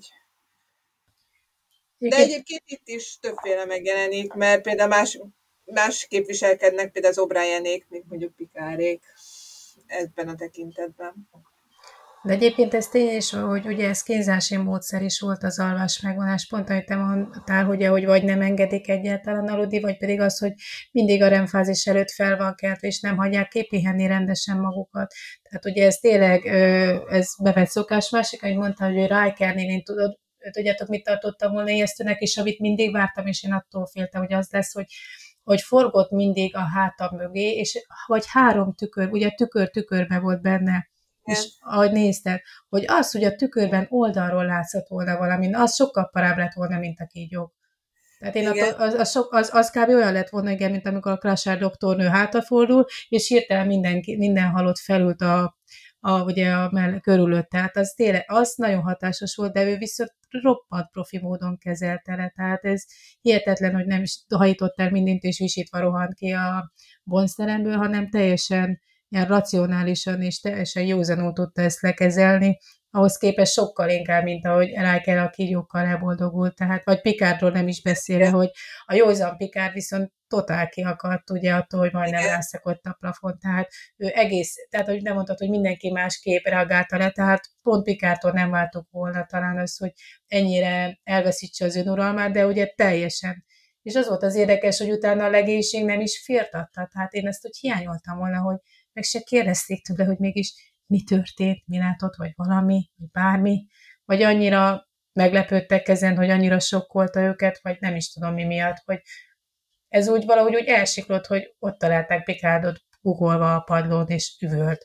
S3: De egyébként itt is többféle megjelenik, mert például más képviselkednek, például az O'Brienék, mint mondjuk Picardék ebben a tekintetben.
S5: De egyébként ez tény is, hogy ugye ez kínzási módszer is volt az alvás megvonás, pont amit te mondtál, hogy vagy nem engedik egyáltalán aludni, vagy pedig az, hogy mindig a REM-fázis előtt fel van keltve, és nem hagyják kipihenni rendesen magukat. Tehát ugye ez tényleg, ez bevett szokás. Másik, amit mondtál, hogy Rikernél, én tudjátok, mit tartottam volna ijesztőnek, és amit mindig vártam, és én attól féltem, hogy az lesz, hogy forgott mindig a hátam mögé, és vagy 3 tükör, ugye tükörbe volt benne, és ahogy nézted, hogy az, hogy a tükörben oldalról látszott volna valami, az sokkal parább lett volna, mint a kígyók. Tehát én az kb. Olyan lett volna, igen, mint amikor a Crusher doktornő hátrafordul, és hirtelen minden halott felült ugye körülött. Tehát az tényleg, az nagyon hatásos volt, de ő viszont roppant profi módon kezelte le. Tehát ez hihetetlen, hogy nem is hajított el mindent, és visítva rohant ki a bonzteremből, hanem teljesen ilyen racionálisan és teljesen józanul tudta ezt lekezelni, ahhoz képest sokkal inkább, mint ahogy Riker a kígyókkal elboldogult, tehát, vagy Picardról nem is beszélve, hogy a józan Picard viszont totál kiakadt, ugye attól, hogy majdnem rászakott a plafon, tehát ő egész, tehát hogy nem mondtad, hogy mindenki másképp reagálta le, tehát pont Picardtól nem váltuk volna talán az, hogy ennyire elveszítse az önuralmát, de ugye teljesen. És az volt az érdekes, hogy utána a legénység nem is firtatta, tehát én ezt úgy hiányoltam volna, hogy meg se kérdezték tőle, hogy mégis mi történt, mi látott, vagy valami, vagy bármi, vagy annyira meglepődtek ezen, hogy annyira sokkolta őket, vagy nem is tudom mi miatt, hogy ez úgy valahogy úgy elsiklott, hogy ott találták Picardot ugolva a padlón, és üvölt.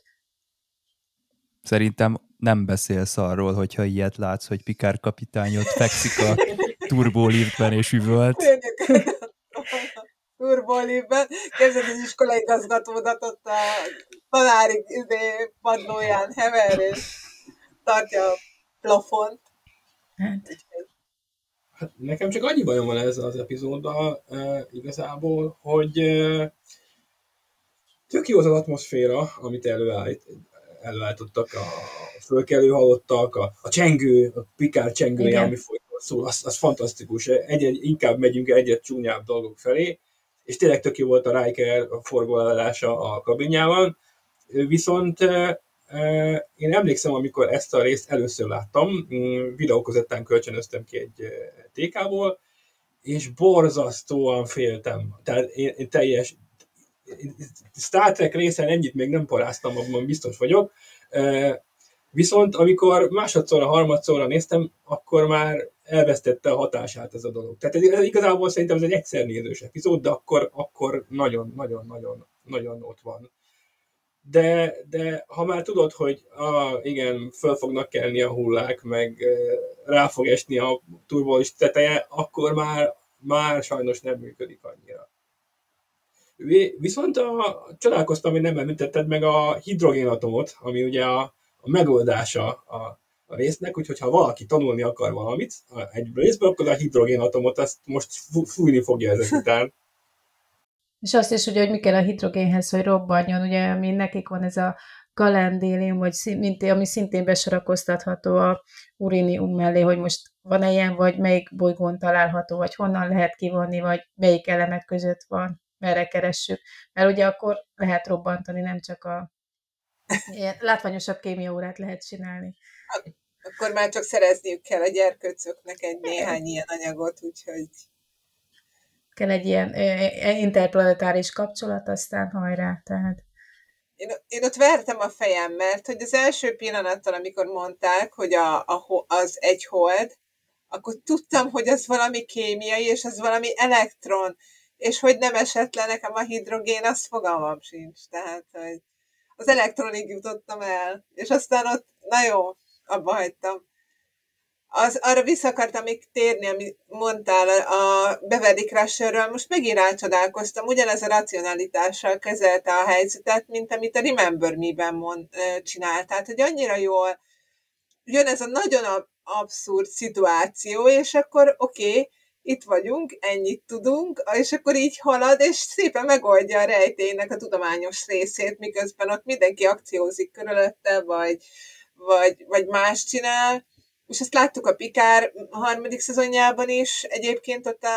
S2: Szerintem nem beszélsz arról, hogyha ilyet látsz, hogy Picard kapitány ott fekszik a turboliftben és üvölt.
S3: Turboliftben. Kezdett az iskolai igazgatódat ott a tanári padlóján hever, és tartja a plafont.
S4: Hát nekem csak annyi bajom van ezzel az epizóddal igazából, hogy tök jó az atmoszféra, amit előállítottak a fölkelő halottak, a csengő, a Picard csengője, ami folyton szól, az fantasztikus. Inkább megyünk egyet csúnyább dolgok felé, és tényleg tök jó volt a Riker forgólása a kabinjában, viszont én emlékszem, amikor ezt a részt először láttam, videókazettán kölcsönöztem ki egy TK-ból, és borzasztóan féltem. Tehát én teljes Star Trek részen ennyit még nem paráztam, abban biztos vagyok. Viszont amikor másodszorra, harmadszorra néztem, akkor már elvesztette a hatását ez a dolog. Tehát ez igazából szerintem ez egy egyszer nézős epizód, de akkor nagyon ott van. De ha már tudod, hogy igen, föl fognak kelni a hullák, meg rá fog esni a turbolis teteje, akkor már sajnos nem működik annyira. Viszont csodálkoztam, hogy nem említetted meg a hidrogénatomot, ami ugye a megoldása a résznek, úgyhogy ha valaki tanulni akar valamit egy részből, akkor a hidrogénatomot azt most fújni fogja ezek után.
S5: És azt is, ugye, hogy mi kell a hidrogénhez, hogy robbanjon, ugye, ami nekik van ez a galendélium, vagy ami szintén besorakoztatható a urinium mellé, hogy most van-e ilyen, vagy melyik bolygón található, vagy honnan lehet kivonni, vagy melyik elemek között van, merre keressük. Mert ugye akkor lehet robbantani, nem csak a ilyen látványosabb kémiaórát lehet csinálni.
S3: Akkor már csak szerezniük kell a gyerkőcöknek egy néhány ilyen anyagot, úgyhogy...
S5: Kell egy ilyen interplanetáris kapcsolat, aztán hajrá, tehát...
S3: Én ott vertem a fejem, mert hogy az első pillanattól, amikor mondták, hogy az egy hold, akkor tudtam, hogy az valami kémiai, és az valami elektron. és hogy nem esett le nekem a hidrogén, azt fogalmam sincs. Tehát, hogy az elektronig jutottam el, és aztán ott, na jó, abba hagytam. Arra vissza akartam még térni, amit mondtál a Beverly Crusherről, most megint rácsodálkoztam, ugyanez a racionalitással kezelte a helyzetet, mint amit a Remember Me-ben csinált. Tehát, hogy annyira jól jön ez a nagyon abszurd szituáció, és akkor oké, itt vagyunk, ennyit tudunk, és akkor így halad, és szépen megoldja a rejtélynek a tudományos részét, miközben ott mindenki akciózik körülötte, vagy más csinál. És ezt láttuk a Picard harmadik szezonjában is, egyébként ott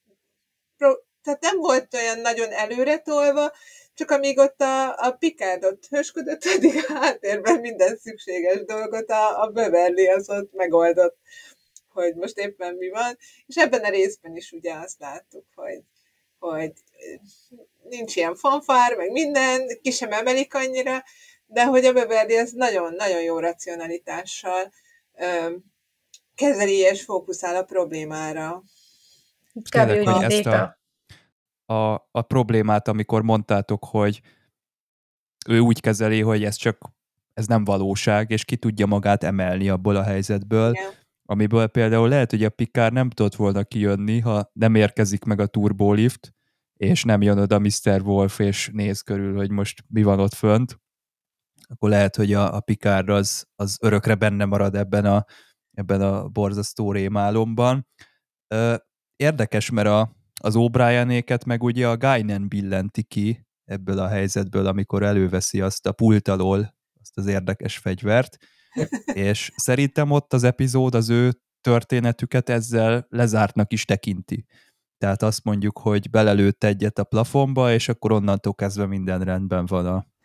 S3: tehát nem volt olyan nagyon előretolva, csak amíg ott a Picard ott hősködött, addig a háttérben minden szükséges dolgot a Beverly az ott megoldott, hogy most éppen mi van. És ebben a részben is ugye azt láttuk, hogy nincs ilyen fanfár, meg minden, ki sem emelik annyira, de hogy a Beverly az nagyon-nagyon jó racionalitással kezeli és fókuszál a problémára.
S2: Tényleg, hogy ezt a problémát, amikor mondtátok, hogy ő úgy kezeli, hogy ez nem valóság, és ki tudja magát emelni abból a helyzetből, igen. Amiből például lehet, hogy a Picard nem tudott volna kijönni, ha nem érkezik meg a turbolift, és nem jön oda Mr. Wolf, és néz körül, hogy most mi van ott fönt, akkor lehet, hogy a Picard az örökre benne marad ebben a borzasztó rémálomban. Érdekes, mert az O'Brienéket meg ugye a Guinan billenti ki ebből a helyzetből, amikor előveszi azt a pult alól, azt az érdekes fegyvert, és szerintem ott az epizód az ő történetüket ezzel lezártnak is tekinti. Tehát azt mondjuk, hogy belelőtt egyet a plafonba, és akkor onnantól kezdve minden rendben van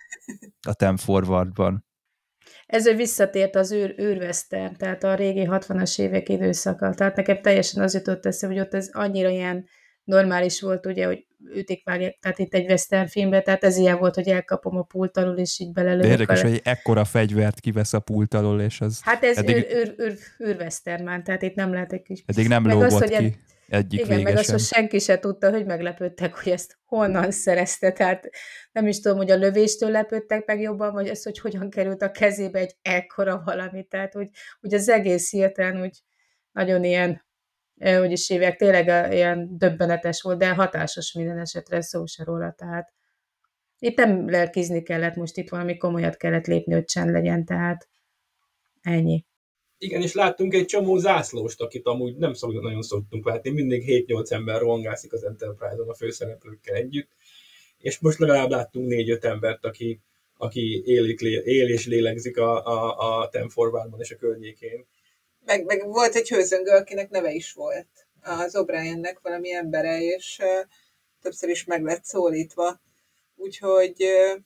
S2: a Ten Forwardban.
S5: Ez ő visszatért az űrvesztern, tehát a régi 60-as évek időszaka. Tehát nekem teljesen az jutott eszembe, hogy ott ez annyira ilyen normális volt, ugye, hogy ütik vágják, tehát itt egy western filmben, tehát ez ilyen volt, hogy elkapom a pult alól, és így belelők.
S2: De érdekes, hogy ekkora fegyvert kivesz a pult alól, és az...
S5: Hát ez űrwestern már, tehát itt nem lehet egy kis...
S2: Eddig nem lógott ki egyik
S5: igen,
S2: végesen.
S5: meg azt, hogy senki se tudta, hogy meglepődtek, hogy ezt honnan szerezte, tehát nem is tudom, hogy a lövéstől lepődtek meg jobban, vagy az, hogy hogyan került a kezébe egy ekkora valami, tehát hogy az egész hirtelen úgy nagyon ilyen, hogy is hívják, tényleg ilyen döbbenetes volt, de hatásos minden esetre, szó se róla, tehát itt nem lelkizni kellett, most itt valami komolyat kellett lépni, hogy csend legyen, tehát ennyi.
S4: Igen, és láttunk egy csomó zászlóst, akit amúgy nem nagyon szoktunk látni, mindig 7-8 ember rohangászik az Enterprise-on a főszereplőkkel együtt, és most legalább láttunk 4-5 embert, aki él és lélegzik a Ten Forwardban és a környékén.
S3: Meg volt egy hőzöngő, akinek neve is volt az O'Briennek valami embere, és többször is meg lett szólítva. Úgyhogy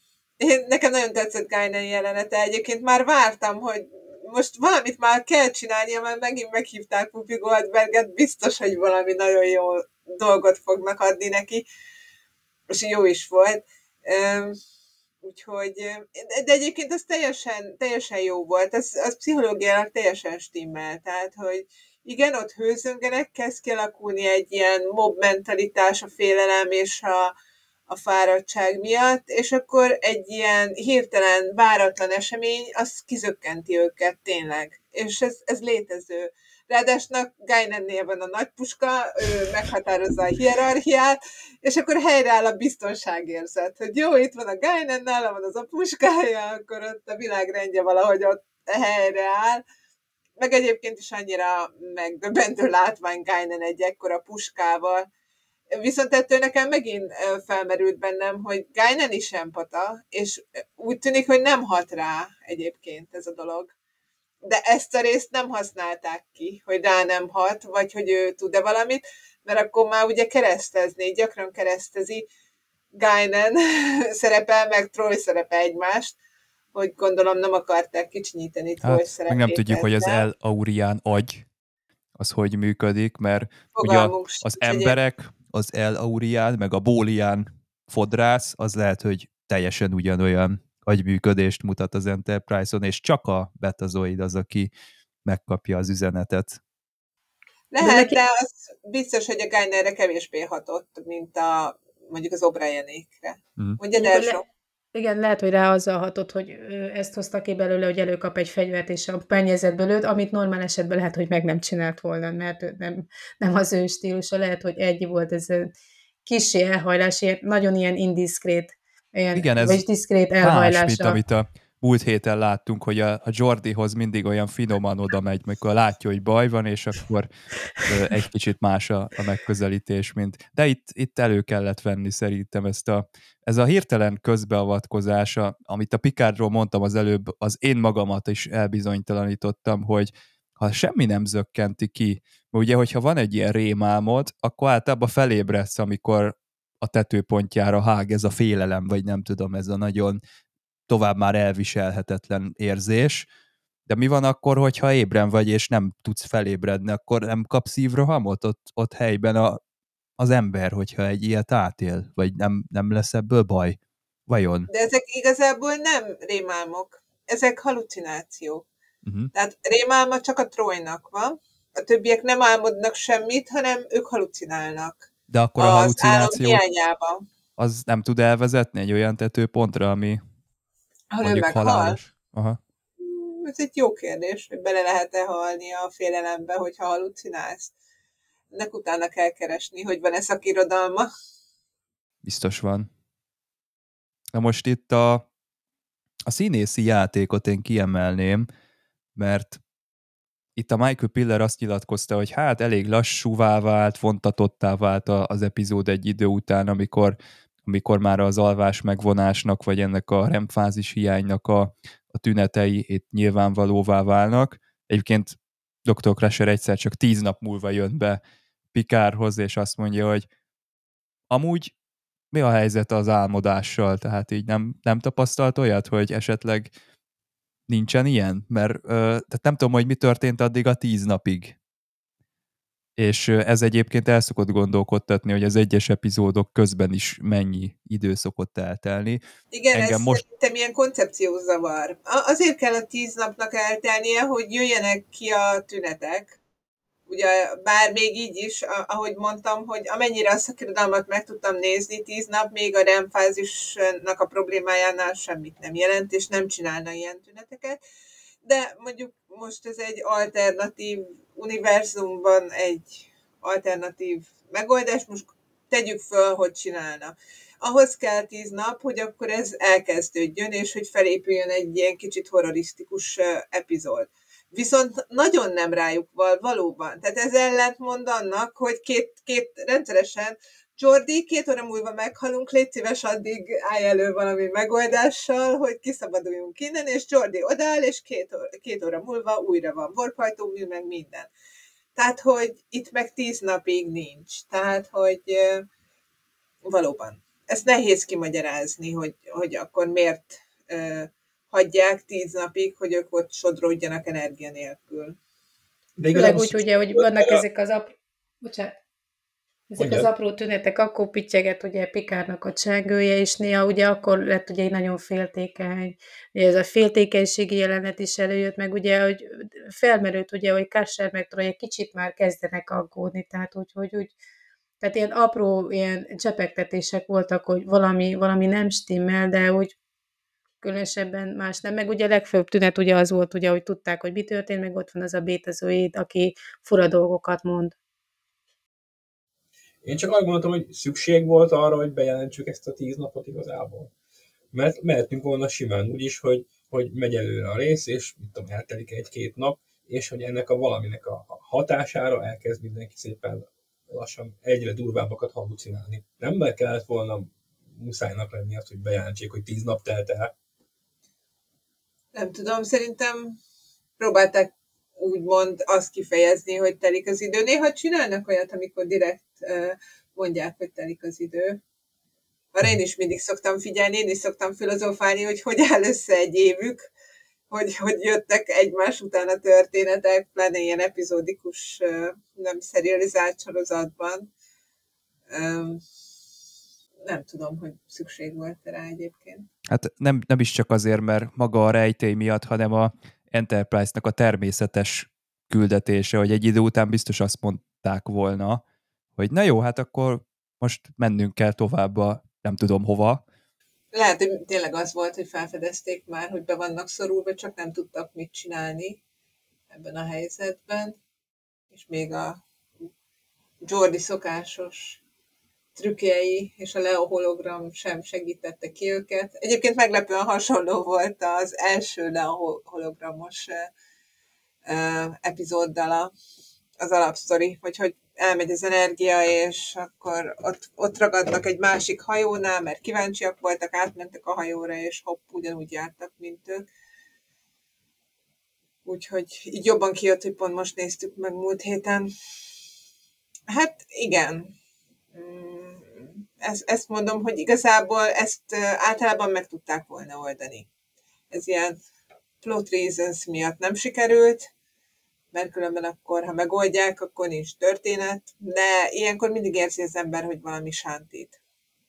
S3: nekem nagyon tetszett Guinan jelenete. Egyébként már vártam, hogy most valamit már kell csinálnia, mert megint meghívták Whoopi Goldberget, biztos, hogy valami nagyon jó dolgot fognak adni neki, és jó is volt. Úgyhogy, de egyébként ez teljesen jó volt, az pszichológiailag teljesen stimmel, tehát, hogy igen, ott hőzöngenek, kezd kialakulni egy ilyen mob mentalitás, a félelem és a fáradtság miatt, és akkor egy ilyen hirtelen, váratlan esemény, az kizökkenti őket tényleg, és ez létező. Ráadásul Guinannél van a nagy puska, ő meghatározza a hierarchiát, és akkor helyreáll a biztonságérzet, hogy jó, itt van a Guinan, nála van az a puskája, akkor ott a világrendje valahogy ott helyreáll. Meg egyébként is annyira megdöbbentő látvány Guinan egy ekkora puskával. Viszont ettől nekem megint felmerült bennem, hogy Guinan is empata, és úgy tűnik, hogy nem hat rá egyébként ez a dolog. De ezt a részt nem használták ki, hogy rá nem hat, vagy hogy ő tud-e valamit, mert akkor már ugye gyakran keresztezi Guinan szerepe, meg Troy szerepe egymást, hogy gondolom nem akarták kicsinyíteni Troy szerepét.
S2: Meg nem tudjuk, hogy az El Aurian agy, az hogy működik, mert ugye az emberek, az El Aurian, meg a Bolian fodrász, az lehet, hogy teljesen ugyanolyan agyműködést mutat az Enterprise-on, és csak a Betazoid az, aki megkapja az üzenetet.
S3: Lehet, de az biztos, hogy a Guynerre kevésbé hatott, mint mondjuk az O'Brienékre. Ugye, Derzsó?
S5: Igen, lehet, hogy rá azzal hatott, hogy ezt hozta ki belőle, hogy előkap egy fegyvert, és a pennyezetből lőtt, amit normál esetben lehet, hogy meg nem csinált volna, mert nem az ő stílusa. Lehet, hogy egy volt ez a kissé elhajlás, nagyon ilyen indiszkrét,
S2: Igen,
S5: vagy diszkrét
S2: más,
S5: elhajlása.
S2: mint amit a múlt héten láttunk, hogy a Jordihoz mindig olyan finoman oda megy, amikor látja, hogy baj van, és akkor egy kicsit más a megközelítés, de itt elő kellett venni szerintem ez a hirtelen közbeavatkozása, amit a Picardról mondtam az előbb, az én magamat is elbizonytalanítottam, hogy ha semmi nem zökkenti ki, mert ugye, hogyha van egy ilyen rémálmod, akkor általában felébredsz, amikor a tetőpontjára hág ez a félelem, vagy nem tudom, ez a nagyon tovább már elviselhetetlen érzés. De mi van akkor, hogyha ébren vagy, és nem tudsz felébredni, akkor nem kap szívrohamot ott helyben az ember, hogyha egy ilyet átél? Vagy nem lesz ebből baj? Vajon?
S3: De ezek igazából nem rémálmok, ezek halucinációk. Tehát rémálma csak a Troynak van, a többiek nem álmodnak semmit, hanem ők halucinálnak.
S2: De akkor a halucináció
S3: az
S2: nem tud elvezetni egy olyan tetőpontra, ami mondjuk halálos? Aha.
S3: Ez egy jó kérdés, hogy bele lehet-e halni a félelembe, hogyha halucinálsz. Ennek utána kell keresni, hogy van-e szakirodalma.
S2: Biztos van. Na most itt a színészi játékot én kiemelném, mert itt a Michael Piller azt nyilatkozta, hogy hát elég lassúvá vált, vontatottá vált az epizód egy idő után, amikor már az alvás megvonásnak, vagy ennek a REM-fázis hiánynak a tünetei itt nyilvánvalóvá válnak. Egyébként Dr. Crusher egyszer csak 10 nap múlva jön be Picardhoz, és azt mondja, hogy amúgy mi a helyzet az álmodással? Tehát így nem tapasztalt olyat, hogy esetleg nincsen ilyen? Mert tehát nem tudom, hogy mi történt addig a 10 napig. És ez egyébként el szokott gondolkodtatni, hogy az egyes epizódok közben is mennyi idő szokott eltelni.
S3: Igen, ez szerintem ilyen koncepciózavar. Azért kell a 10 napnak eltelnie, hogy jöjjenek ki a tünetek. Ugye, bár még így is, ahogy mondtam, hogy amennyire a szakirodalmat meg tudtam nézni, 10 nap még a REM-fázisnak a problémájánál semmit nem jelent, és nem csinálna ilyen tüneteket. De mondjuk most ez egy alternatív univerzumban egy alternatív megoldás, most tegyük föl, hogy csinálna. Ahhoz kell 10 nap, hogy akkor ez elkezdődjön, és hogy felépüljön egy ilyen kicsit horrorisztikus epizód. Viszont nagyon nem rájuk valóban. Tehát ez ellentmond annak, hogy két rendszeresen Jordi, 2 óra múlva meghalunk, légy szíves, addig állj elő valami megoldással, hogy kiszabaduljunk innen, és Jordi odáll, és 2 óra múlva újra van borphajtómű, meg minden. Tehát, hogy itt meg 10 napig nincs. Tehát, hogy valóban. Ezt nehéz kimagyarázni, hogy akkor miért hagyják 10 napig, hogy ők ott sodródjanak energia nélkül.
S5: Főleg úgy, ugye, hogy vannak ezek az az apró tünetek, akkor pittyeget ugye Picardnak a csengője, és néha ugye akkor lett ugye egy nagyon féltékeny, ugye ez a féltékenységi jelenet is előjött, meg ugye, hogy felmerült ugye, hogy Crusher meg Troy egy kicsit már kezdenek aggódni, tehát tehát ilyen apró ilyen csepegtetések voltak, hogy valami nem stimmel, de úgy különösebben más nem. Meg ugye a legfőbb tünet ugye az volt, ugye, hogy tudták, hogy mi történt, meg ott van az a bétazoid, aki fura dolgokat mond.
S4: Én csak azt gondoltam, hogy szükség volt arra, hogy bejelentsük ezt a 10 napot igazából. Mert mehetünk volna simán úgyis, hogy megy előre a rész, és mit tudom, eltelik 1-2 nap, és hogy ennek a valaminek a hatására elkezd mindenki szépen lassan egyre durvábbakat halucinálni. Nem be kellett volna muszájnak lenni azt, hogy bejelentsék, hogy 10 nap telt el.
S3: Nem tudom, szerintem próbálták úgymond azt kifejezni, hogy telik az idő. Néha csinálnak olyat, amikor direkt mondják, hogy telik az idő. Arra én is mindig szoktam figyelni, én is szoktam filozofálni, hogy áll össze egy évük, hogy jöttek egymás után a történetek, pláne ilyen epizódikus, nem szerializált sorozatban. Nem tudom, hogy szükség volt rá egyébként.
S2: Hát nem is csak azért, mert maga a rejtély miatt, hanem a Enterprise-nak a természetes küldetése, hogy egy idő után biztos azt mondták volna, hogy na jó, hát akkor most mennünk kell tovább a nem tudom hova.
S3: Lehet, hogy tényleg az volt, hogy felfedezték már, hogy be vannak szorulva, csak nem tudtak mit csinálni ebben a helyzetben. És még a Jordi szokásos trükkjei és a Leo hologram sem segítette ki őket. Egyébként meglepően hasonló volt az első Leo hologramos epizóddal az alapsztori, hogy elmegy az energia, és akkor ott ragadnak egy másik hajónál, mert kíváncsiak voltak, átmentek a hajóra, és hopp, ugyanúgy jártak, mint ők. Úgyhogy így jobban kijött, hogy pont most néztük meg múlt héten. Hát igen. Ezt mondom, hogy igazából ezt általában meg tudták volna oldani. Ez ilyen plot reasons miatt nem sikerült, mert különben akkor, ha megoldják, akkor nincs történet, de ilyenkor mindig érzi az ember, hogy valami sántít.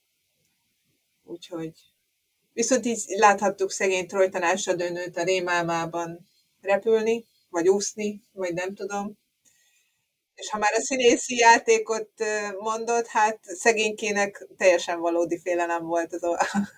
S3: Úgyhogy viszont így láthattuk szegény Troy tanácsadónőt a rémálmában repülni, vagy úszni, vagy nem tudom. És ha már a színészi játékot mondod, hát szegénykének teljesen valódi félelem volt az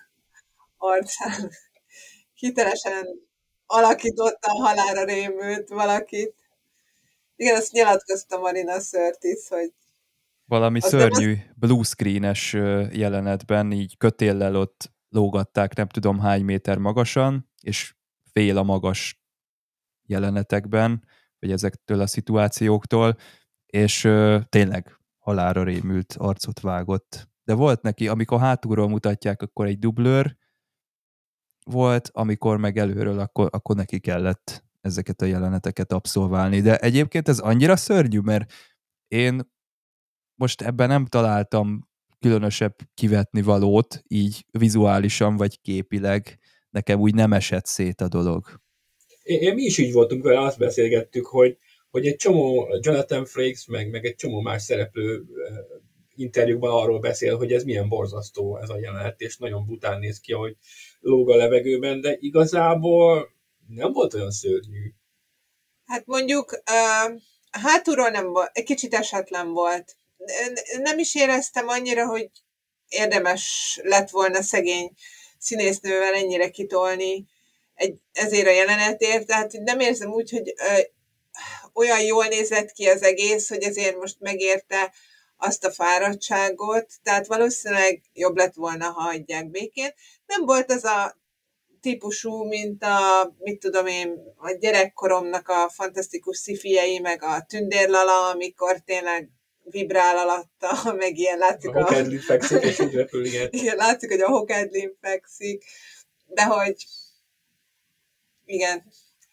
S3: arcán. Hitelesen alakította a halálra rémült valakit. Igen, azt nyilatkozta Marina Sirtis, hogy
S2: valami szörnyű blue screen-es jelenetben így kötéllel ott lógatták nem tudom hány méter magasan, és fél a magas jelenetekben, vagy ezektől a szituációktól, és tényleg halálra rémült arcot vágott. De volt neki, amikor hátulról mutatják, akkor egy dublőr volt, amikor meg előről, akkor neki kellett ezeket a jeleneteket abszolválni. De egyébként ez annyira szörnyű, mert én most ebben nem találtam különösebb kivetni valót, így vizuálisan vagy képileg. Nekem úgy nem esett szét a dolog.
S4: Mi is így voltunk vele, azt beszélgettük, hogy egy csomó Jonathan Frakes, meg egy csomó más szereplő interjúkban arról beszél, hogy ez milyen borzasztó ez a jelenet, és nagyon bután néz ki, hogy lóg a levegőben, de igazából nem volt olyan szörnyű.
S3: Hát mondjuk hátulról nem volt, egy kicsit esetlen volt. Nem is éreztem annyira, hogy érdemes lett volna szegény színésznővel ennyire kitolni ezért a jelenetért, tehát nem érzem úgy, hogy olyan jól nézett ki az egész, hogy ezért most megérte azt a fáradtságot, tehát valószínűleg jobb lett volna, ha hagyják békén. Nem volt az a típusú, mint mit tudom én, a gyerekkoromnak a fantasztikus sci-fiei, meg a Tündérlala, amikor tényleg vibrál alatta, meg ilyen látszik
S4: a Hokadlin fekszik, és úgy repül,
S3: igen, látszik, hogy a Hokadlin fekszik, de hogy igen.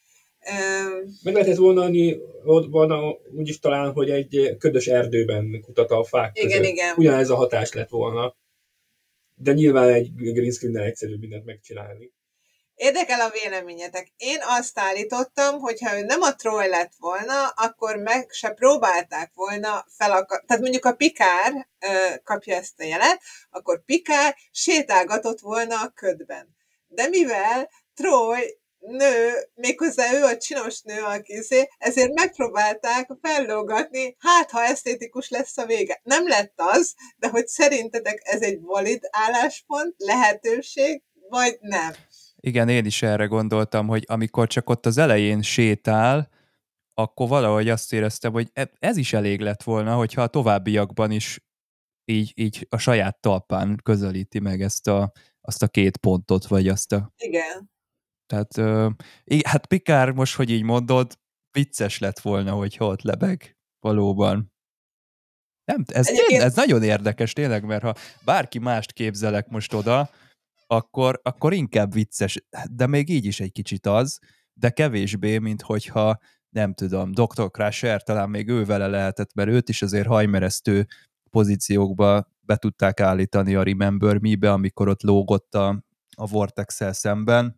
S4: Meg lehetett volna úgyis talán, hogy egy ködös erdőben kutat a fák között.
S3: Igen.
S4: Ugyanez a hatás lett volna. De nyilván egy green screen-nel egyszerűbb mindent megcsinálni.
S3: Érdekel a véleményetek. Én azt állítottam, hogy ha ő nem a Troy lett volna, akkor meg se próbálták volna tehát mondjuk a Picard kapja ezt a jelet, akkor Picard sétálgatott volna a ködben. De mivel Troy nő, méghozzá ő a csinos nő, ezért megpróbálták fellógatni, hát ha esztétikus lesz a vége. Nem lett az, de hogy szerintetek ez egy valid álláspont, lehetőség, vagy nem?
S2: Igen, én is erre gondoltam, hogy amikor csak ott az elején sétál, akkor valahogy azt éreztem, hogy ez is elég lett volna, hogyha a továbbiakban is így a saját talpán közelíti meg azt a két pontot, vagy azt a...
S3: Igen.
S2: Tehát, hát Picard most, hogy így mondod, vicces lett volna, hogyha ott lebeg valóban. Nem, ez nagyon érdekes tényleg, mert ha bárki mást képzelek most oda, akkor inkább vicces, de még így is egy kicsit az, de kevésbé, mint hogyha nem tudom, Dr. Crusher, talán még ő vele lehetett, mert őt is azért hajmeresztő pozíciókba be tudták állítani a Remember Me-be, amikor ott lógott a Vortex-el szemben.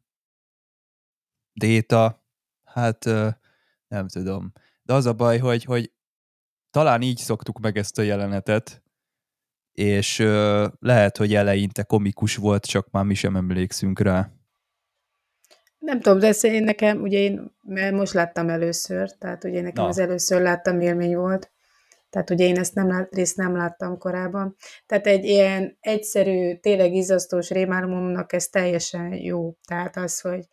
S2: Data, hát nem tudom. De az a baj, hogy talán így szoktuk meg ezt a jelenetet, és lehet, hogy eleinte komikus volt, csak már mi sem emlékszünk rá.
S5: Nem tudom, de nekem, ugye én most láttam először, tehát ugye nekem az
S2: Na,
S5: először láttam élmény volt, tehát ugye én ezt részt nem láttam korábban. Tehát egy ilyen egyszerű, tényleg izzasztós rémálmomnak ez teljesen jó. Tehát az, hogy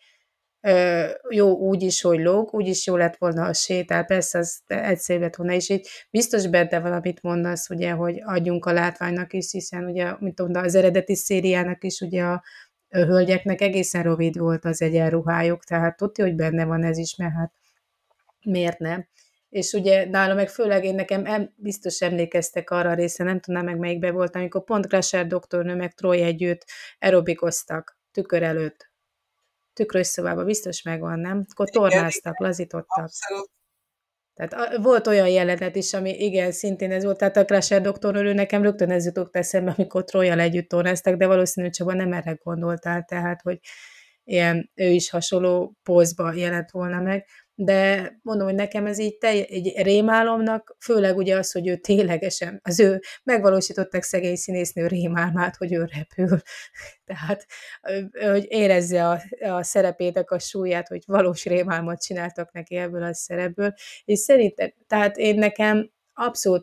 S5: jó úgy is, hogy lóg, úgy is jó lett volna, ha sétál, persze az egyszerűbb lett volna, és így biztos benne van, amit mondasz, ugye, hogy adjunk a látványnak is, hiszen ugye, mint tudom, az eredeti szériának is ugye a hölgyeknek egészen rövid volt az egyenruhájuk, tehát tudja, hogy benne van ez is, mert hát miért nem? És ugye nálam meg főleg nekem biztos emlékeztek arra a részre, nem tudnám meg melyikbe volt, amikor pont Crusher doktornő meg Troy együtt aerobikoztak tükör előtt. Tükrös szobában biztos megvan, nem? Akkor
S3: Igen,
S5: tornáztak, lazítottak.
S3: abszolút.
S5: Tehát volt olyan jelenet is, ami igen, szintén ez volt, tehát a Crusher doktornő nekem rögtön ez jutott eszembe, amikor Troyjal együtt tornáztak, de valószínűleg Csaba nem erre gondoltál, tehát, hogy ilyen, ő is hasonló pózba jelent volna meg, de mondom, hogy nekem ez így egy rémálomnak, főleg ugye az, hogy ő ténylegesen, az ő megvalósították szegény színésznő rémálmát, hogy ő repül, tehát hogy érezze a szerepének a súlyát, hogy valós rémálmat csináltak neki ebből a szerepből, és szerintem, tehát én abszolút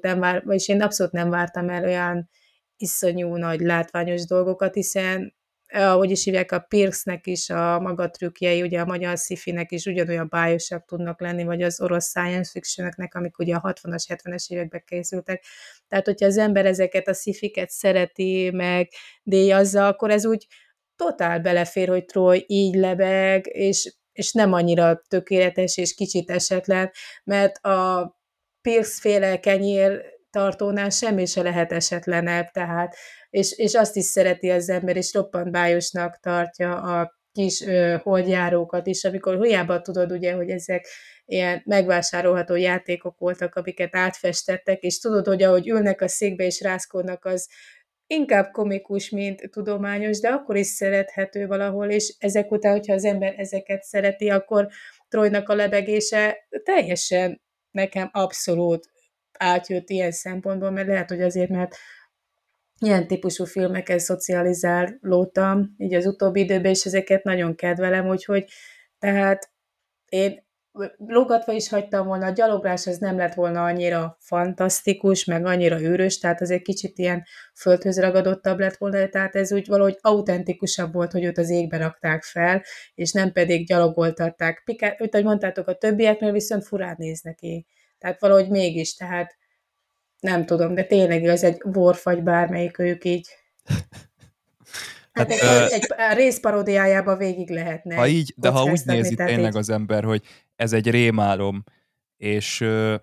S5: nem vártam el olyan iszonyú nagy látványos dolgokat, hiszen ahogy is hívják, a Pierce-nek is a maga trükkjei, ugye a magyar sci-finek is ugyanolyan bájosak tudnak lenni, vagy az orosz science fictioneknek, amik ugye a 60-as, 70-es években készültek. Tehát, hogyha az ember ezeket a sci-fiket szereti, meg díjazza, akkor ez úgy totál belefér, hogy Troy így lebeg, és nem annyira tökéletes, és kicsit esetlen, mert a Pierce-féle kenyér tartónál semmi se lehet esetlenebb, tehát és azt is szereti az ember, és roppant bájosnak tartja a kis holdjárókat is, amikor hiába tudod ugye, hogy ezek ilyen megvásárolható játékok voltak, amiket átfestettek, és tudod, hogy ahogy ülnek a székbe és rázkodnak, az inkább komikus, mint tudományos, de akkor is szerethető valahol, és ezek után, hogyha az ember ezeket szereti, akkor Troynak a lebegése teljesen nekem abszolút átjött ilyen szempontból, mert lehet, hogy azért, mert ilyen típusú filmekkel szocializálódtam, így az utóbbi időben, és ezeket nagyon kedvelem, úgyhogy tehát én lógatva is hagytam volna, a gyaloglás az nem lett volna annyira fantasztikus, meg annyira őrös, tehát az egy kicsit ilyen földhöz ragadottabb lett volna, tehát ez úgy valahogy autentikusabb volt, hogy őt az égbe rakták fel, és nem pedig gyalogoltatták. Őt, ahogy mondtátok, a többieknél viszont furán néz neki. Tehát valahogy mégis, tehát nem tudom, de tényleg az egy Worf vagy bármelyik ők így. Hát egy részparodiájába végig lehetne
S2: ha így, de ha úgy
S5: kockáztatni,
S2: nézi
S5: tehát
S2: tényleg
S5: így.
S2: az ember, hogy ez egy rémálom, és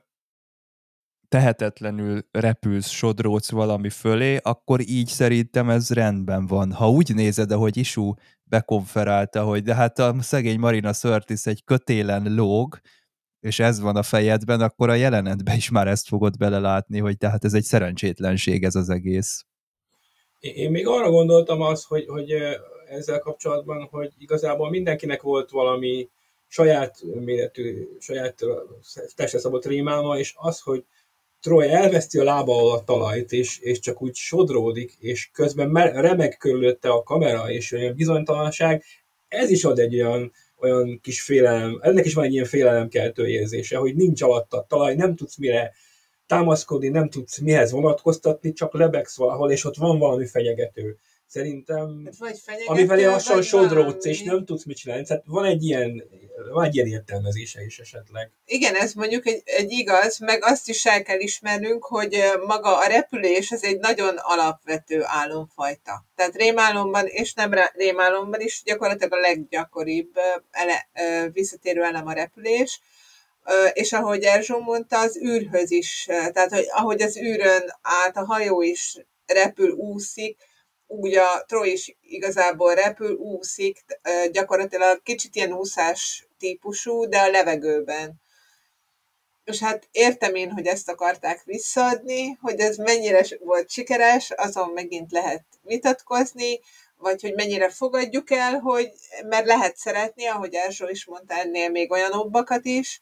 S2: tehetetlenül repülsz, sodródsz valami fölé, akkor így szerintem ez rendben van. Ha úgy nézed, ahogy Isú bekonferálta, hogy de hát a szegény Marina Sirtis egy kötélen lóg, és ez van a fejedben, akkor a jelenetben is már ezt fogod belelátni, hogy tehát ez egy szerencsétlenség ez az egész.
S4: Én még arra gondoltam hogy ezzel kapcsolatban, hogy igazából mindenkinek volt valami saját méretű, saját testre szabott rémálma, és az, hogy Troy elveszti a lába alól a talajt, és csak úgy sodródik, és közben remeg körülötte a kamera, és olyan bizonytalanság, ez is ad egy olyan kis félelem, ennek is van egy ilyen félelemkeltő érzése, hogy nincs alatta a talaj, nem tudsz mire támaszkodni, nem tudsz mihez vonatkoztatni, csak lebegsz valahol, és ott van valami fenyegető. Szerintem, amifelé lassan sodródsz, és nem tudsz mit csinálni. Tehát van egy ilyen értelmezése is esetleg.
S3: Igen, ez mondjuk egy igaz, meg azt is el kell ismernünk, hogy maga a repülés az egy nagyon alapvető álomfajta. Tehát rémálomban és nem rémálomban is gyakorlatilag a leggyakoribb visszatérő elem a repülés, és ahogy Erzsó mondta, az űrhöz is, tehát hogy ahogy az űrön át a hajó is repül, úszik, úgy a Troy is igazából repül, úszik, gyakorlatilag kicsit ilyen úszás típusú, de a levegőben. És hát értem én, hogy ezt akarták visszaadni, hogy ez mennyire volt sikeres, azon megint lehet vitatkozni, vagy hogy mennyire fogadjuk el, hogy mert lehet szeretni, ahogy Erzsó is mondta, ennél még olyanobbakat is.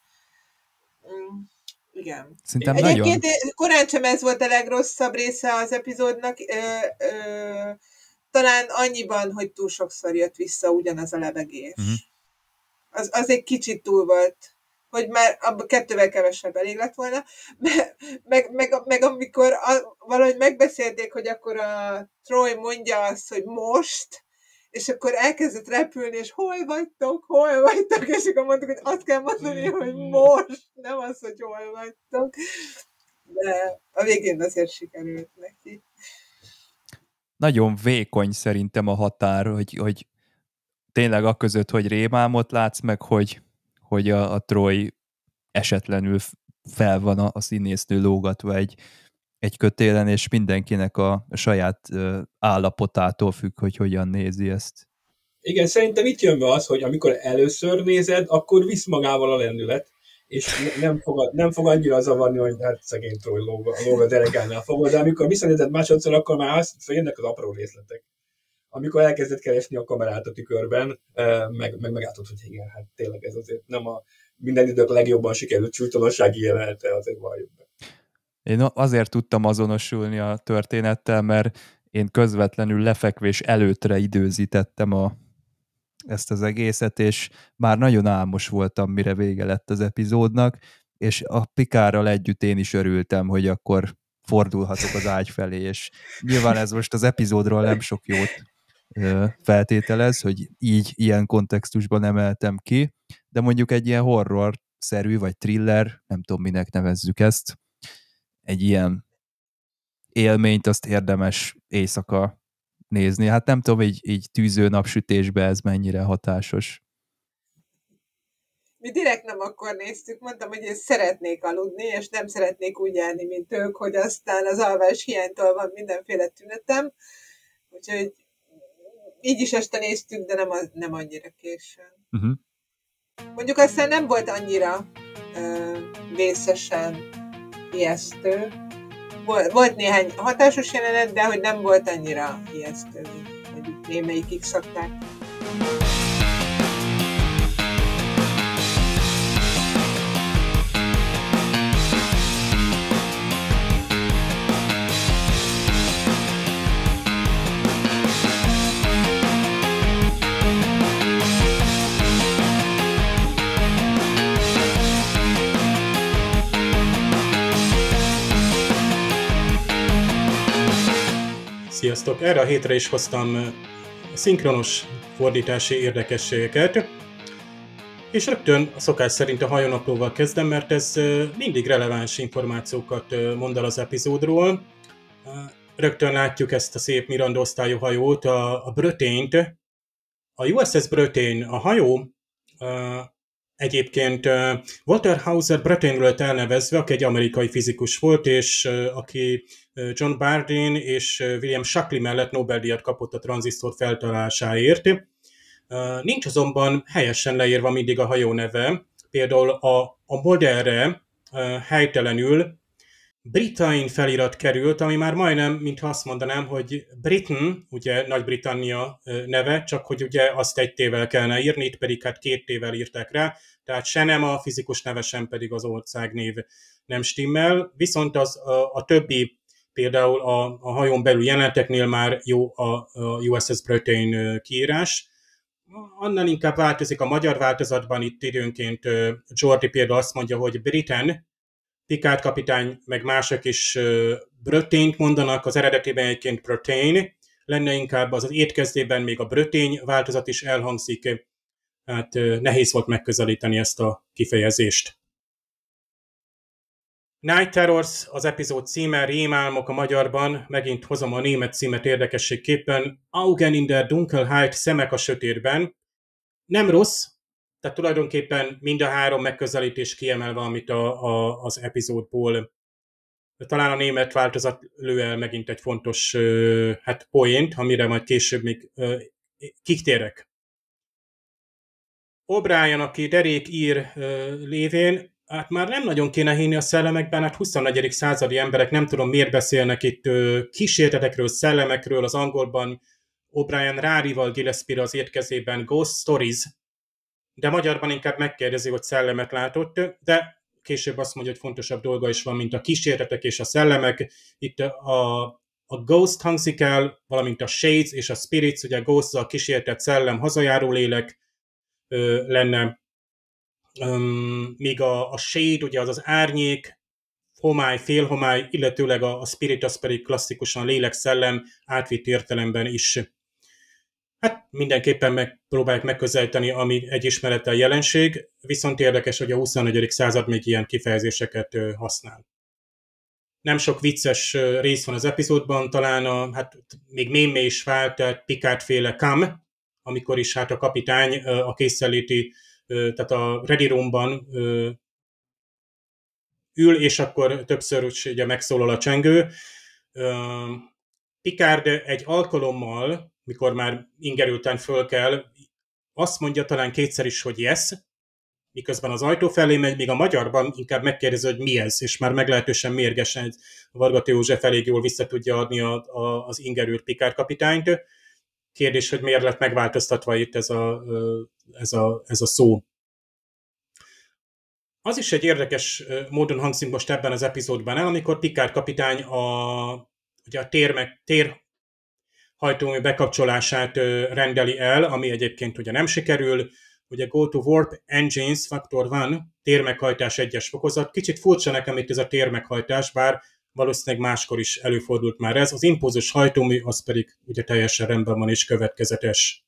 S3: Igen.
S2: Szerintem
S3: Egyébként
S2: nagyon.
S3: korán sem ez volt a legrosszabb része az epizódnak, talán annyiban, hogy túl sokszor jött vissza ugyanaz a lebegés. az egy kicsit túl volt, hogy már abban 2-vel kevesebb elég lett volna, meg amikor valahogy megbeszélték, hogy akkor a Troy mondja azt, hogy most, és akkor elkezdett repülni, és hol vagytok, és akkor mondtuk, hogy azt kell mondani, hogy most, nem az, hogy hol vagytok. De a végén azért sikerült neki.
S2: Nagyon vékony szerintem a határ, hogy tényleg aközött, hogy rémálmot látsz, meg hogy a Troy esetlenül fel van a színésznő lógatva egy kötélen, és mindenkinek a saját állapotától függ, hogy hogyan nézi ezt.
S4: Igen, szerintem itt jön be az, hogy amikor először nézed, akkor visz magával a lendület, és nem fog annyira zavarni, hogy hát szegény Troy lóg a derekánál fogod, de amikor visszanézed másodszor, akkor már jönnek az apró részletek. Amikor elkezdett keresni a kamerát a tükörben, meg megálltott, hogy igen, hát tényleg ez azért nem a minden idők legjobban sikerült csúcsonossági jelenete, azért valljuk be.
S2: Én azért tudtam azonosulni a történettel, mert én közvetlenül lefekvés előttre időzítettem ezt az egészet, és már nagyon álmos voltam, mire vége lett az epizódnak, és a Picardral együtt én is örültem, hogy akkor fordulhatok az ágy felé, és nyilván ez most az epizódról nem sok jót feltételez, hogy ilyen kontextusban emeltem ki, de mondjuk egy ilyen horror-szerű, vagy thriller, nem tudom, minek nevezzük ezt, egy ilyen élményt azt érdemes éjszaka nézni. Hát nem tudom, így tűző napsütésbe ez mennyire hatásos.
S3: Mi direkt nem akkor néztük, mondtam, hogy én szeretnék aludni, és nem szeretnék úgy járni, mint ők, hogy aztán az alvás hiánytól van mindenféle tünetem. Úgyhogy így is este néztük, de nem annyira későn.
S2: Uh-huh.
S3: Mondjuk aztán nem volt annyira vészesen ijesztő. Volt néhány hatásos jelenet, de hogy nem volt annyira ijesztő, hogy némelyikig szokták.
S6: Sziasztok! Erre a hétre is hoztam szinkronos fordítási érdekességeket, és rögtön a szokás szerint a hajónaplóval kezdem, mert ez mindig releváns információkat mond el az epizódról. Rögtön látjuk ezt a szép Miranda osztályú hajót, a Bretagne-t. A USS Bretagne, a hajó egyébként Walter Hauser Bretagne-ről elnevezve, aki egy amerikai fizikus volt, és aki John Bardeen és William Shockley mellett Nobel-díjat kapott a tranzisztor feltalálásáért. Nincs azonban helyesen leírva mindig a hajó neve. Például a modellre helytelenül Britain felirat került, ami már majdnem, mintha azt mondanám, hogy Britain, ugye Nagy-Britannia neve, csak hogy ugye azt egy T-vel kellene írni, itt pedig hát 2 T-vel írták rá, tehát se nem a fizikus neve, sem pedig az országnév nem stimmel, viszont a többi, például a hajón belül jeleneteknél már jó a USS Bretagne kiírás. Annál inkább változik a magyar változatban, itt időnként Jordi például azt mondja, hogy Britain, Picard kapitány, meg mások is Bretagne-t mondanak, az eredetiben egyébként Bretagne, lenne inkább az étkezdében még a Bretagne változat is elhangzik, hát nehéz volt megközelíteni ezt a kifejezést. Night Terrors az epizód címe, rémálmok a magyarban, megint hozom a német címet érdekességképpen, Augen in der Dunkelheit, szemek a sötétben. Nem rossz, tehát tulajdonképpen mind a 3 megközelítés kiemelve, amit az epizódból. Talán a német változat lő el megint egy fontos poént, amire majd később még kitérek. O'Brien, aki derék ír lévén, hát már nem nagyon kéne hinni a szellemekben, hát 24. századi emberek, nem tudom miért beszélnek itt kísértetekről, szellemekről, az angolban O'Brien rárival Gillespie-re az étkezében Ghost Stories, de magyarban inkább megkérdezi, hogy szellemet látott, de később azt mondja, hogy fontosabb dolga is van, mint a kísértetek és a szellemek. Itt a Ghost hangzik el, valamint a Shades és a Spirits, ugye Ghost a kísértett szellem, hazajáró lélek lenne, míg a shade, ugye az az árnyék, homály, félhomály, illetőleg a spirit az pedig klasszikusan lélek-szellem átvitt értelemben is. Hát mindenképpen megpróbálják megközelíteni, ami egy ismeretlen jelenség, viszont érdekes, hogy a 24. század még ilyen kifejezéseket használ. Nem sok vicces rész van az epizódban, talán hát még mémé is vált, tehát Picard-féle Cam, amikor is hát a kapitány a készenléti, tehát a ready roomban ül, és akkor többször ugye megszólal a csengő. Picard egy alkalommal, mikor már inger után föl kell, azt mondja talán kétszer is, hogy yes, miközben az ajtó felé megy, míg a magyarban inkább megkérdezi, hogy mi ez, és már meglehetősen mérgesen Varga József elég jól vissza tudja adni az ingerült Picard kapitányt. Kérdés, hogy miért lett megváltoztatva itt ez a szó. Az is egy érdekes módon hangzik most ebben az epizódban el, amikor Picard kapitány ugye a térhajtómű bekapcsolását rendeli el, ami egyébként ugye nem sikerül. Ugye Go to Warp Engines Factor 1, térmeghajtás 1-es fokozat. Kicsit furcsa nekem itt ez a térmeghajtás, bár valószínűleg máskor is előfordult már ez. Az impulzus hajtómű az pedig ugye teljesen rendben van és következetes.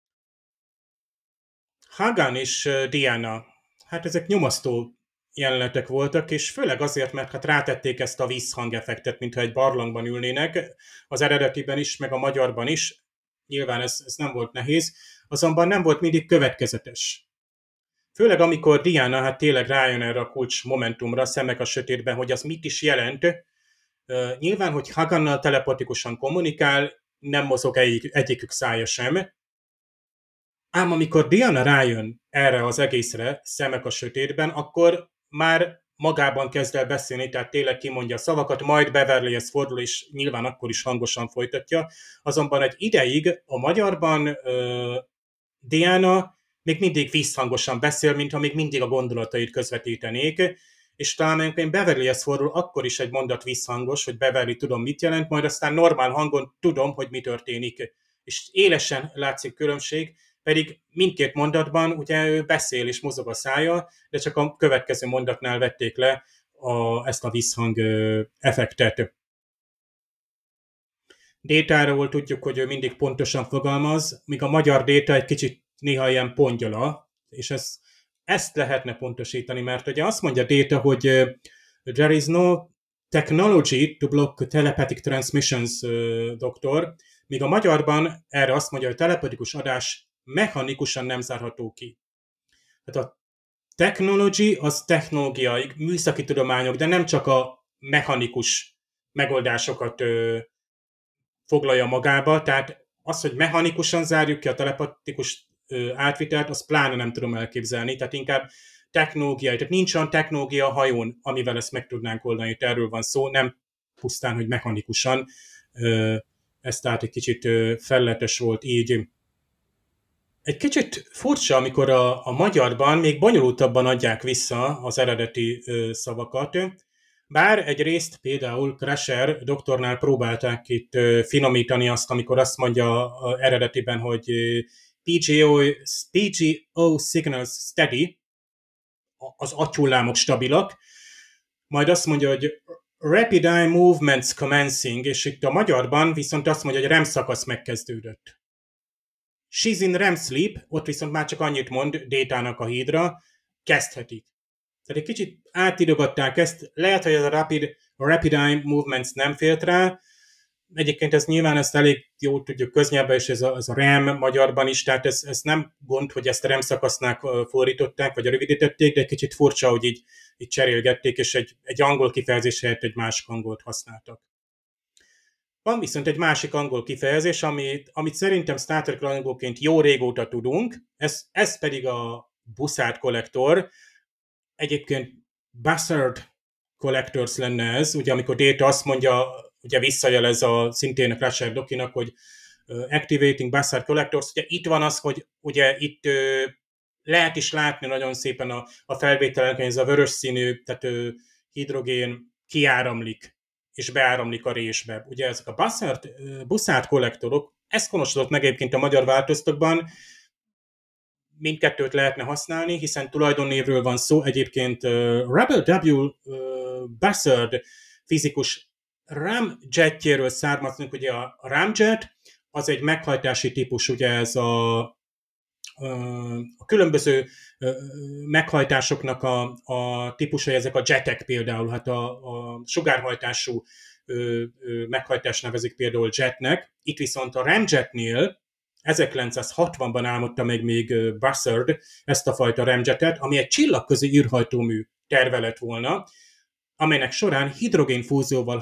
S6: Hagan és Diana, hát ezek nyomasztó jelenetek voltak, és főleg azért, mert hát rátették ezt a vízhangeffektet, mintha egy barlangban ülnének, az eredetiben is, meg a magyarban is. Nyilván ez nem volt nehéz, azonban nem volt mindig következetes. Főleg amikor Diana hát tényleg rájön erre a kulcs momentumra, Szemek a sötétben, hogy az mit is jelent. Nyilván, hogy Hagannal telepatikusan kommunikál, nem mozog egyikük szája sem. Ám amikor Diana rájön erre az egészre, Szemek a sötétben, akkor már magában kezd el beszélni, tehát tényleg kimondja a szavakat, majd Beverlyhez fordul, és nyilván akkor is hangosan folytatja. Azonban egy ideig a magyarban Diana még mindig visszhangosan beszél, mintha még mindig a gondolatait közvetítenék, és talán amikor Beverlyhez fordul, akkor is egy mondat visszhangos, hogy Beverly tudom mit jelent, majd aztán normál hangon tudom, hogy mi történik. És élesen látszik különbség, pedig mindkét mondatban ugye ő beszél és mozog a szája, de csak a következő mondatnál vették le ezt a visszhang effektet. Détáról tudjuk, hogy ő mindig pontosan fogalmaz, míg a magyar Déta egy kicsit néha ilyen pongyola, és ezt lehetne pontosítani, mert ugye azt mondja Déta, hogy there is no technology to block telepathic transmissions, doktor, míg a magyarban erre azt mondja, hogy telepatikus adás mechanikusan nem zárható ki. Tehát a technology az technológiai, műszaki tudományok, de nem csak a mechanikus megoldásokat foglalja magába, tehát az, hogy mechanikusan zárjuk ki a telepatikus átvitelt, azt pláne nem tudom elképzelni, tehát inkább technológiai, tehát nincs olyan technológia a hajón, amivel ezt meg tudnánk oldani, erről van szó, nem pusztán, hogy mechanikusan, ez tehát egy kicsit felletes volt így. Egy kicsit furcsa, amikor a magyarban még bonyolultabban adják vissza az eredeti szavakat, bár egy részt például Crusher doktornál próbálták itt finomítani azt, amikor azt mondja eredetiben, hogy PGO signals steady, az agyhullámok stabilak, majd azt mondja, hogy rapid eye movements commencing, és itt a magyarban viszont azt mondja, hogy REM szakasz megkezdődött. She's in REM sleep, ott viszont már csak annyit mond Détának a hídra, kezdhetik. Tehát egy kicsit átidogatták ezt, lehet, hogy ez a rapid eye movements nem félt rá, egyébként ez nyilván ezt elég jól tudjuk köznyelben, és ez a REM magyarban is, tehát ez nem gond, hogy ezt a REM szakasznak fordították, vagy rövidítették, de egy kicsit furcsa, hogy így cserélgették, és egy angol kifejezés helyett egy másik angolt használtak. Van viszont egy másik angol kifejezés, amit szerintem Star Trek rajongóként jó régóta tudunk, ez pedig a Bussard kollektor. Egyébként Bussard Collectors lenne ez, ugye amikor Data azt mondja, ugye visszajelez szintén a Crusher Dokinak, hogy Activating Bussard Collectors, ugye itt van az, hogy ugye itt lehet is látni nagyon szépen a felvételeken, ez a vörös színű, tehát hidrogén kiáramlik, és beáramlik a résbe. Ugye ezek a Bussard kollektorok, ezt honosodott meg egyébként a magyar változatokban, mindkettőt lehetne használni, hiszen tulajdonnévről van szó. Egyébként Rebel W. Buzzard fizikus ramjetjéről származnak, ugye a ramjet az egy meghajtási típus, ugye ez a különböző meghajtásoknak a típusai, ezek a jetek például, hát a sugárhajtású meghajtást nevezik például jetnek. Itt viszont a ramjetnél 1960-ban álmodta meg még Buzzard ezt a fajta ramjetet, ami egy csillagközi űrhajtómű terve lett volna, amelynek során hidrogénfúzióval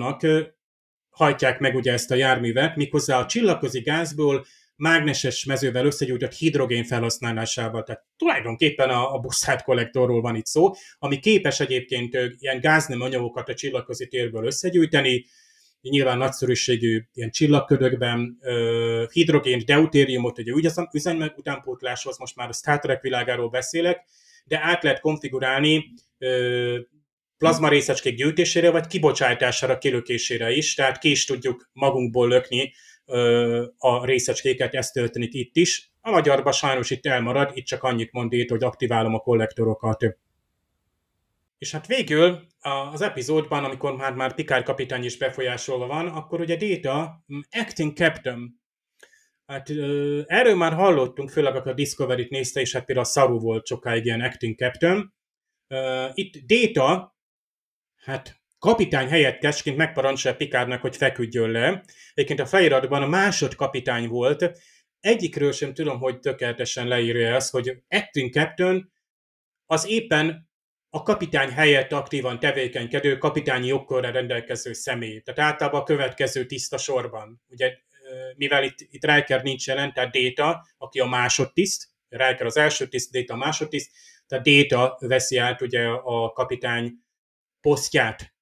S6: hajtják meg ugye ezt a járművet, méghozzá a csillagközi gázból mágneses mezővel összegyújtott hidrogén felhasználásával. Tehát tulajdonképpen a Bussard kollektorról van itt szó, ami képes egyébként ilyen gáznemű anyagokat a csillagközi térből összegyűjteni, nyilván nagyszerűségű ilyen csillagködökben, hidrogént, deutériumot, ugye üzemanyag utánpótláshoz, most már a Star Trek világáról beszélek, de át lehet konfigurálni plazmarészecskék gyűjtésére, vagy kibocsátására, kilökésére is, tehát ki is tudjuk magunkból lökni a részecskéket, ezt történik itt is. A magyarban sajnos itt elmarad, itt csak annyit mond itt, hogy aktiválom a kollektorokat. És hát végül az epizódban, amikor már Picard kapitány is befolyásolva van, akkor ugye Data acting captain. Hát erről már hallottunk, főleg a Discovery-t nézte, és hát például a Saru volt sokáig ilyen acting captain. Itt Data, hát kapitány helyettesként megparancsolja Picardnak, hogy feküdjön le. Egyébként a feliratban a másodkapitány volt. Egyikről sem tudom, hogy tökéletesen leírja ezt, hogy acting captain az éppen a kapitány helyett aktívan tevékenykedő, kapitányi jogkörrel rendelkező személy. Tehát általában a következő tiszta sorban. Ugye, mivel itt Riker nincs jelen, tehát Data, aki a másodtiszt, Riker az első tiszt, Data a másodtiszt, tehát Data veszi át ugye a kapitány posztját,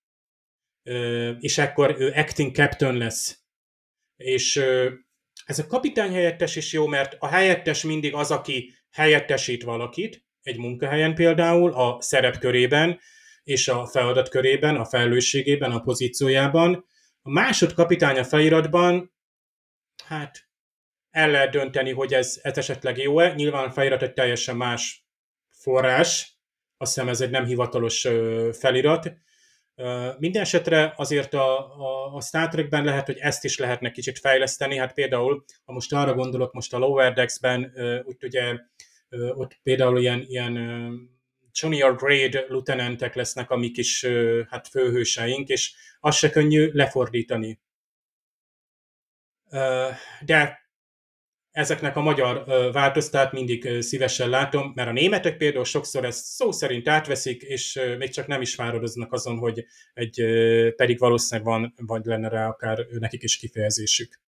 S6: és akkor ő acting captain lesz. És ez a kapitány helyettes is jó, mert a helyettes mindig az, aki helyettesít valakit, egy munkahelyen például, a szerepkörében, és a feladatkörében, a felelősségében, a pozíciójában. A másodkapitány a feliratban, hát el lehet dönteni, hogy ez esetleg jó-e. Nyilván a felirat egy teljesen más forrás, azt hiszem ez egy nem hivatalos felirat. Minden esetre azért a Star Trekben lehet, hogy ezt is lehetne kicsit fejleszteni, hát például, ha most arra gondolok, most a Lower Decks-ben ott például ilyen junior grade lieutenantek lesznek, amik is hát főhőseink, és az se könnyű lefordítani. De ezeknek a magyar változtát mindig szívesen látom, mert a németek például sokszor ezt szó szerint átveszik, és még csak nem is fáradoznak azon, hogy pedig valószínűleg van, vagy lenne rá akár nekik is kifejezésük.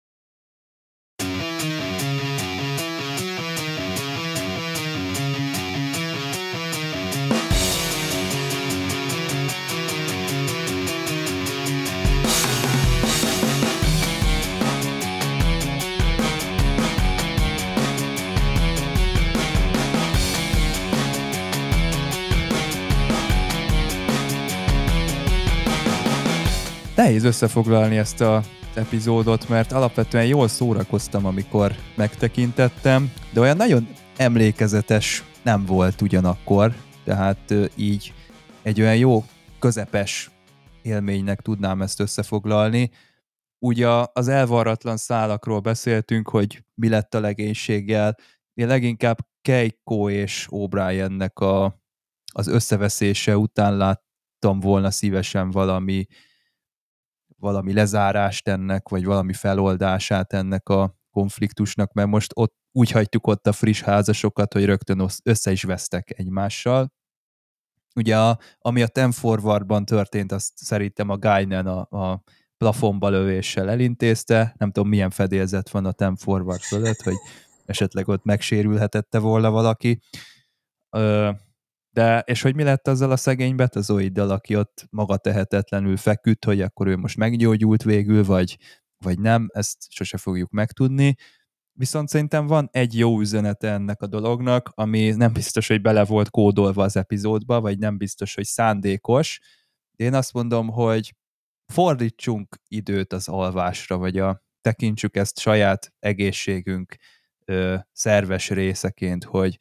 S2: Nehéz összefoglalni ezt az epizódot, mert alapvetően jól szórakoztam, amikor megtekintettem, de olyan nagyon emlékezetes nem volt ugyanakkor, tehát így egy olyan jó közepes élménynek tudnám ezt összefoglalni. Ugye az elvarratlan szálakról beszéltünk, hogy mi lett a legénységgel. Én leginkább Keiko és O'Briennek az összeveszése után láttam volna szívesen valami lezárást ennek, vagy valami feloldását ennek a konfliktusnak, mert most ott úgy hagytuk ott a friss házasokat, hogy rögtön össze is vesztek egymással. Ugye ami a Ten Forwardban történt, azt szerintem a Guinan a plafonba lövéssel elintézte. Nem tudom, milyen fedélzet van a Ten Forward fölött, hogy esetleg ott megsérülhetette volna valaki. És hogy mi lett azzal a szegény betazoiddal, aki ott maga tehetetlenül feküdt, hogy akkor ő most meggyógyult végül, vagy nem, ezt sose fogjuk megtudni. Viszont szerintem van egy jó üzenete ennek a dolognak, ami nem biztos, hogy bele volt kódolva az epizódba, vagy nem biztos, hogy szándékos. Én azt mondom, hogy fordítsunk időt az alvásra, vagy tekintsük ezt saját egészségünk szerves részeként, hogy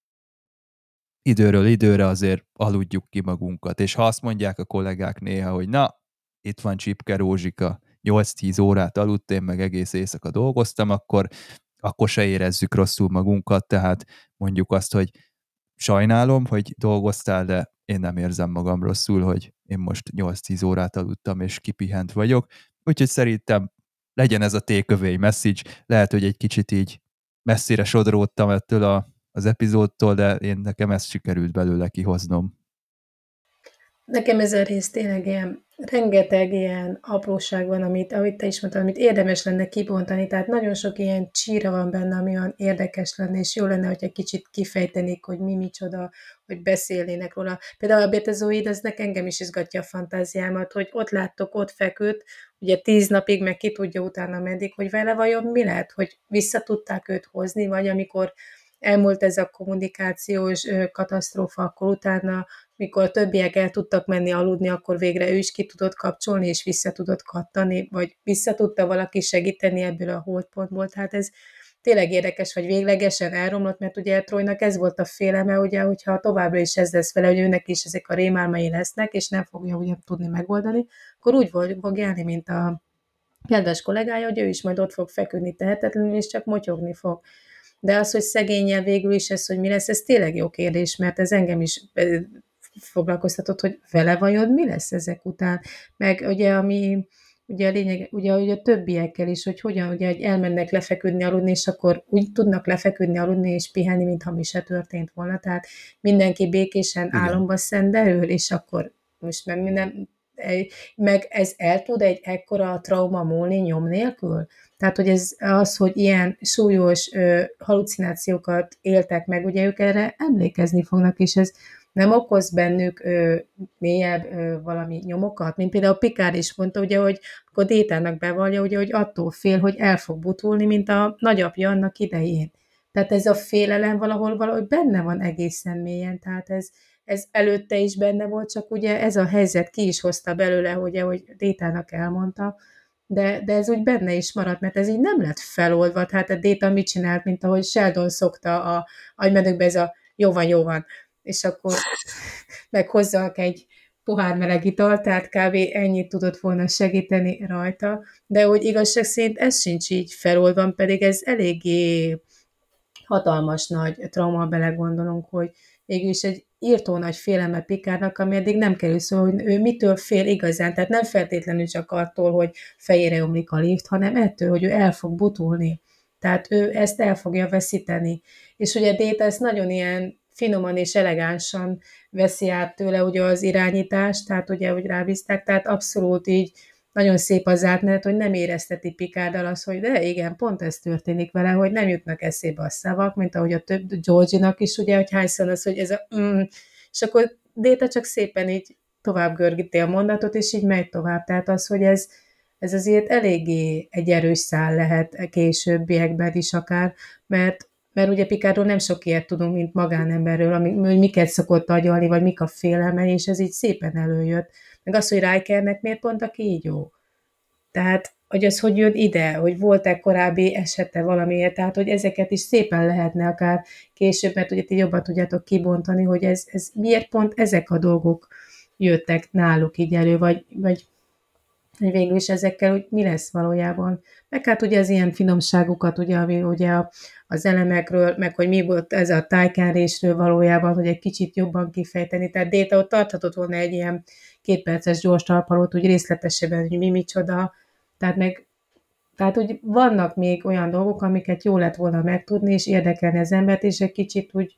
S2: időről időre azért aludjuk ki magunkat. És ha azt mondják a kollégák néha, hogy na, itt van Csipke Rózsika, 8-10 órát aludt, én meg egész éjszaka dolgoztam, akkor se érezzük rosszul magunkat, tehát mondjuk azt, hogy sajnálom, hogy dolgoztál, de én nem érzem magam rosszul, hogy én most 8-10 órát aludtam, és kipihent vagyok. Úgyhogy szerintem legyen ez a takeaway message. Lehet, hogy egy kicsit így messzire sodródtam ettől az epizódtól, de nekem ezt sikerült belőle kihoznom.
S5: Nekem ez a rész tényleg ilyen, rengeteg ilyen apróság van, amit te is mondtad, amit érdemes lenne kibontani, tehát nagyon sok ilyen csíra van benne, ami olyan érdekes lenne, és jó lenne, hogy egy kicsit kifejtenék, hogy mi micsoda, hogy beszélnének róla. Például a betazoid, az engem is izgatja a fantáziámat, hogy ott láttok, ott feküdt, ugye 10 napig, meg ki tudja utána meddig, hogy vele vajon mi lehet, hogy vissza tudták őt hozni, vagy amikor elmúlt ez a kommunikációs katasztrófa, akkor utána, mikor a többiek el tudtak menni aludni, akkor végre ő is ki tudott kapcsolni, és vissza tudott kattani, vagy vissza tudta valaki segíteni ebből a holdpontból. Tehát ez tényleg érdekes, hogy véglegesen elromlott, mert ugye Troynak ez volt a félelme, ugye, hogyha továbbra is ez lesz vele, hogy őnek is ezek a rémálmai lesznek, és nem fogja ugye tudni megoldani, akkor úgy fog élni, mint a kedves kollégája, hogy ő is majd ott fog feküdni tehetetlenül, és csak motyogni fog. De az, hogy szegényen végül is ez, hogy mi lesz, ez tényleg jó kérdés, mert ez engem is foglalkoztatott, hogy vele vajon mi lesz ezek után. Meg ugye, ami ugye a lényeg, ugye a többiekkel is, hogy hogyan, ugye, hogy elmennek lefeküdni, aludni, és akkor úgy tudnak lefeküdni, aludni és pihenni, mintha mi se történt volna. Tehát mindenki békésen álomba szenderül, és akkor most meg minden, meg ez el tud egy ekkora trauma múlni nyom nélkül? Tehát, hogy ez az, hogy ilyen súlyos halucinációkat éltek meg, ugye ők erre emlékezni fognak, és ez nem okoz bennük mélyebb valami nyomokat, mint például Picard is mondta, ugye, hogy akkor Détának bevallja, ugye, hogy attól fél, hogy el fog butulni, mint a nagyapja annak idején. Tehát ez a félelem valahogy benne van egészen mélyen, tehát ez előtte is benne volt, csak ugye ez a helyzet ki is hozta belőle, ugye, hogy Détának elmondta, de ez úgy benne is maradt, mert ez így nem lett feloldva, tehát a Data mit csinált, mint ahogy Sheldon szokta a agymedőkbe, ez a jó van, és akkor meghozzak egy pohár meleg italt, tehát kb. Ennyit tudott volna segíteni rajta, de hogy igazság szerint ez sincs így feloldva, pedig ez eléggé hatalmas nagy trauma, belegondolunk, hogy végülis egy írtó nagy félelme Picardnak, ami eddig nem kerül szó, hogy ő mitől fél igazán, tehát nem feltétlenül csak attól, hogy fejére omlik a lift, hanem ettől, hogy ő el fog butulni. Tehát ő ezt el fogja veszíteni. És ugye Data ezt nagyon ilyen finoman és elegánsan veszi át tőle ugye az irányítást, tehát ugye, hogy rábízták, tehát abszolút így nagyon szép az átmenet, hogy nem érezteti Picarddal azt, hogy de igen, pont ez történik vele, hogy nem jutnak eszébe a szavak, mint ahogy a több Georgie-nak is, ugye, hogy hányszor az, hogy ez a és akkor Data csak szépen így tovább görgíti a mondatot, és így megy tovább. Tehát az, hogy ez azért eléggé egy erős szál lehet későbbiekben is akár, mert ugye Picardról nem sok ilyet tudunk, mint magánemberről, hogy miket szokott agyalni, vagy mik a félelmei, és ez így szépen előjött. Meg az, hogy Rikernek miért pont a kígyó. Tehát, hogy az hogy jön ide, hogy volt-e korábbi esete valamiért, tehát, hogy ezeket is szépen lehetne akár később, mert ugye ti jobban tudjátok kibontani, hogy ez miért pont ezek a dolgok jöttek náluk így elő, vagy végül is ezekkel, hogy mi lesz valójában. Meg hát ugye az ilyen finomságukat, ugye, ami ugye az elemekről, meg hogy mi volt ez a tájkárésről valójában, hogy egy kicsit jobban kifejteni. Tehát Data ott tarthatott volna egy ilyen 2 perces gyors talpalót, úgy részletesebben, hogy mi micsoda. Tehát, hogy vannak még olyan dolgok, amiket jó lett volna megtudni, és érdekelni az embert, és egy kicsit úgy,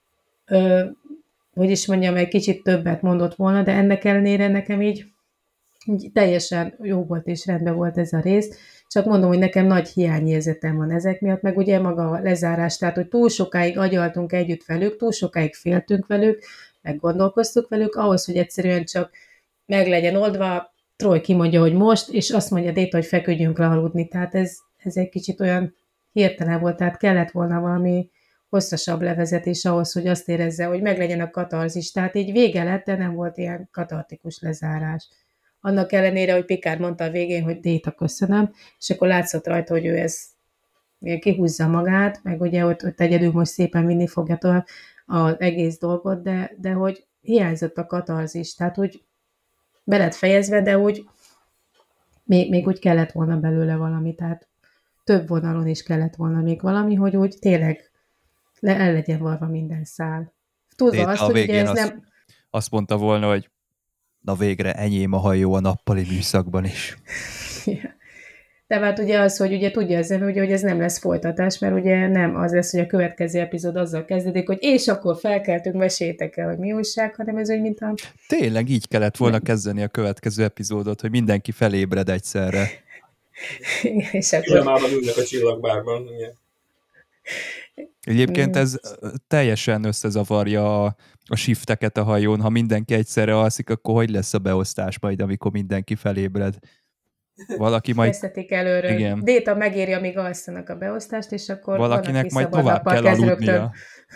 S5: hogy is mondjam, egy kicsit többet mondott volna, de ennek ellenére nekem így teljesen jó volt és rendben volt ez a rész, csak mondom, hogy nekem nagy hiányérzetem van ezek miatt, meg ugye maga a lezárás, tehát hogy túl sokáig agyaltunk együtt velük, túl sokáig féltünk velük, meg gondolkoztuk velük, ahhoz, hogy egyszerűen csak meg legyen oldva, Troy kimondja, hogy most, és azt mondja Data, hogy feküdjünk le aludni, tehát ez egy kicsit olyan hirtelen volt, tehát kellett volna valami hosszasabb levezetés ahhoz, hogy azt érezze, hogy meglegyen a katarzis, tehát így vége lett, de nem volt ilyen katartikus lezárás. Annak ellenére, hogy Picard mondta a végén, hogy Data, köszönöm, és akkor látszott rajta, hogy ő kihúzza magát, meg ugye ott egyedül most szépen vinni fogja tovább az egész dolgot, de hogy hiányzott a katarzis, tehát hogy be lett fejezve, de úgy még úgy kellett volna belőle valami, tehát több vonalon is kellett volna még valami, hogy úgy tényleg el legyen varva minden szál. Tudva
S2: Déta
S5: azt,
S2: a
S5: hogy ugye
S2: végén
S5: ez nem...
S2: azt mondta volna, hogy na végre enyém a hajó a nappali műszakban is.
S5: De hát ugye az, hogy ugye tudja az ember, hogy ez nem lesz folytatás, mert ugye nem az lesz, hogy a következő epizód azzal kezdődik, hogy és akkor felkeltünk, meséljétek el, hogy mi újság, hanem ez úgy, mint a...
S2: Tényleg így kellett volna kezdeni a következő epizódot, hogy mindenki felébred egyszerre.
S5: és akkor...
S4: Pijamában ülnek a csillagbárban. Igen.
S2: Egyébként ez teljesen összezavarja a shifteket a hajón. Ha mindenki egyszerre alszik, akkor hogy lesz a beosztás majd, amikor mindenki felébred? Valaki majd...
S5: Kezdhetik előről.
S2: Igen.
S5: Déta megéri, amíg alszanak a beosztást, és akkor
S2: valakinek majd tovább kell
S5: kezd
S2: aludnia.
S5: rögtön.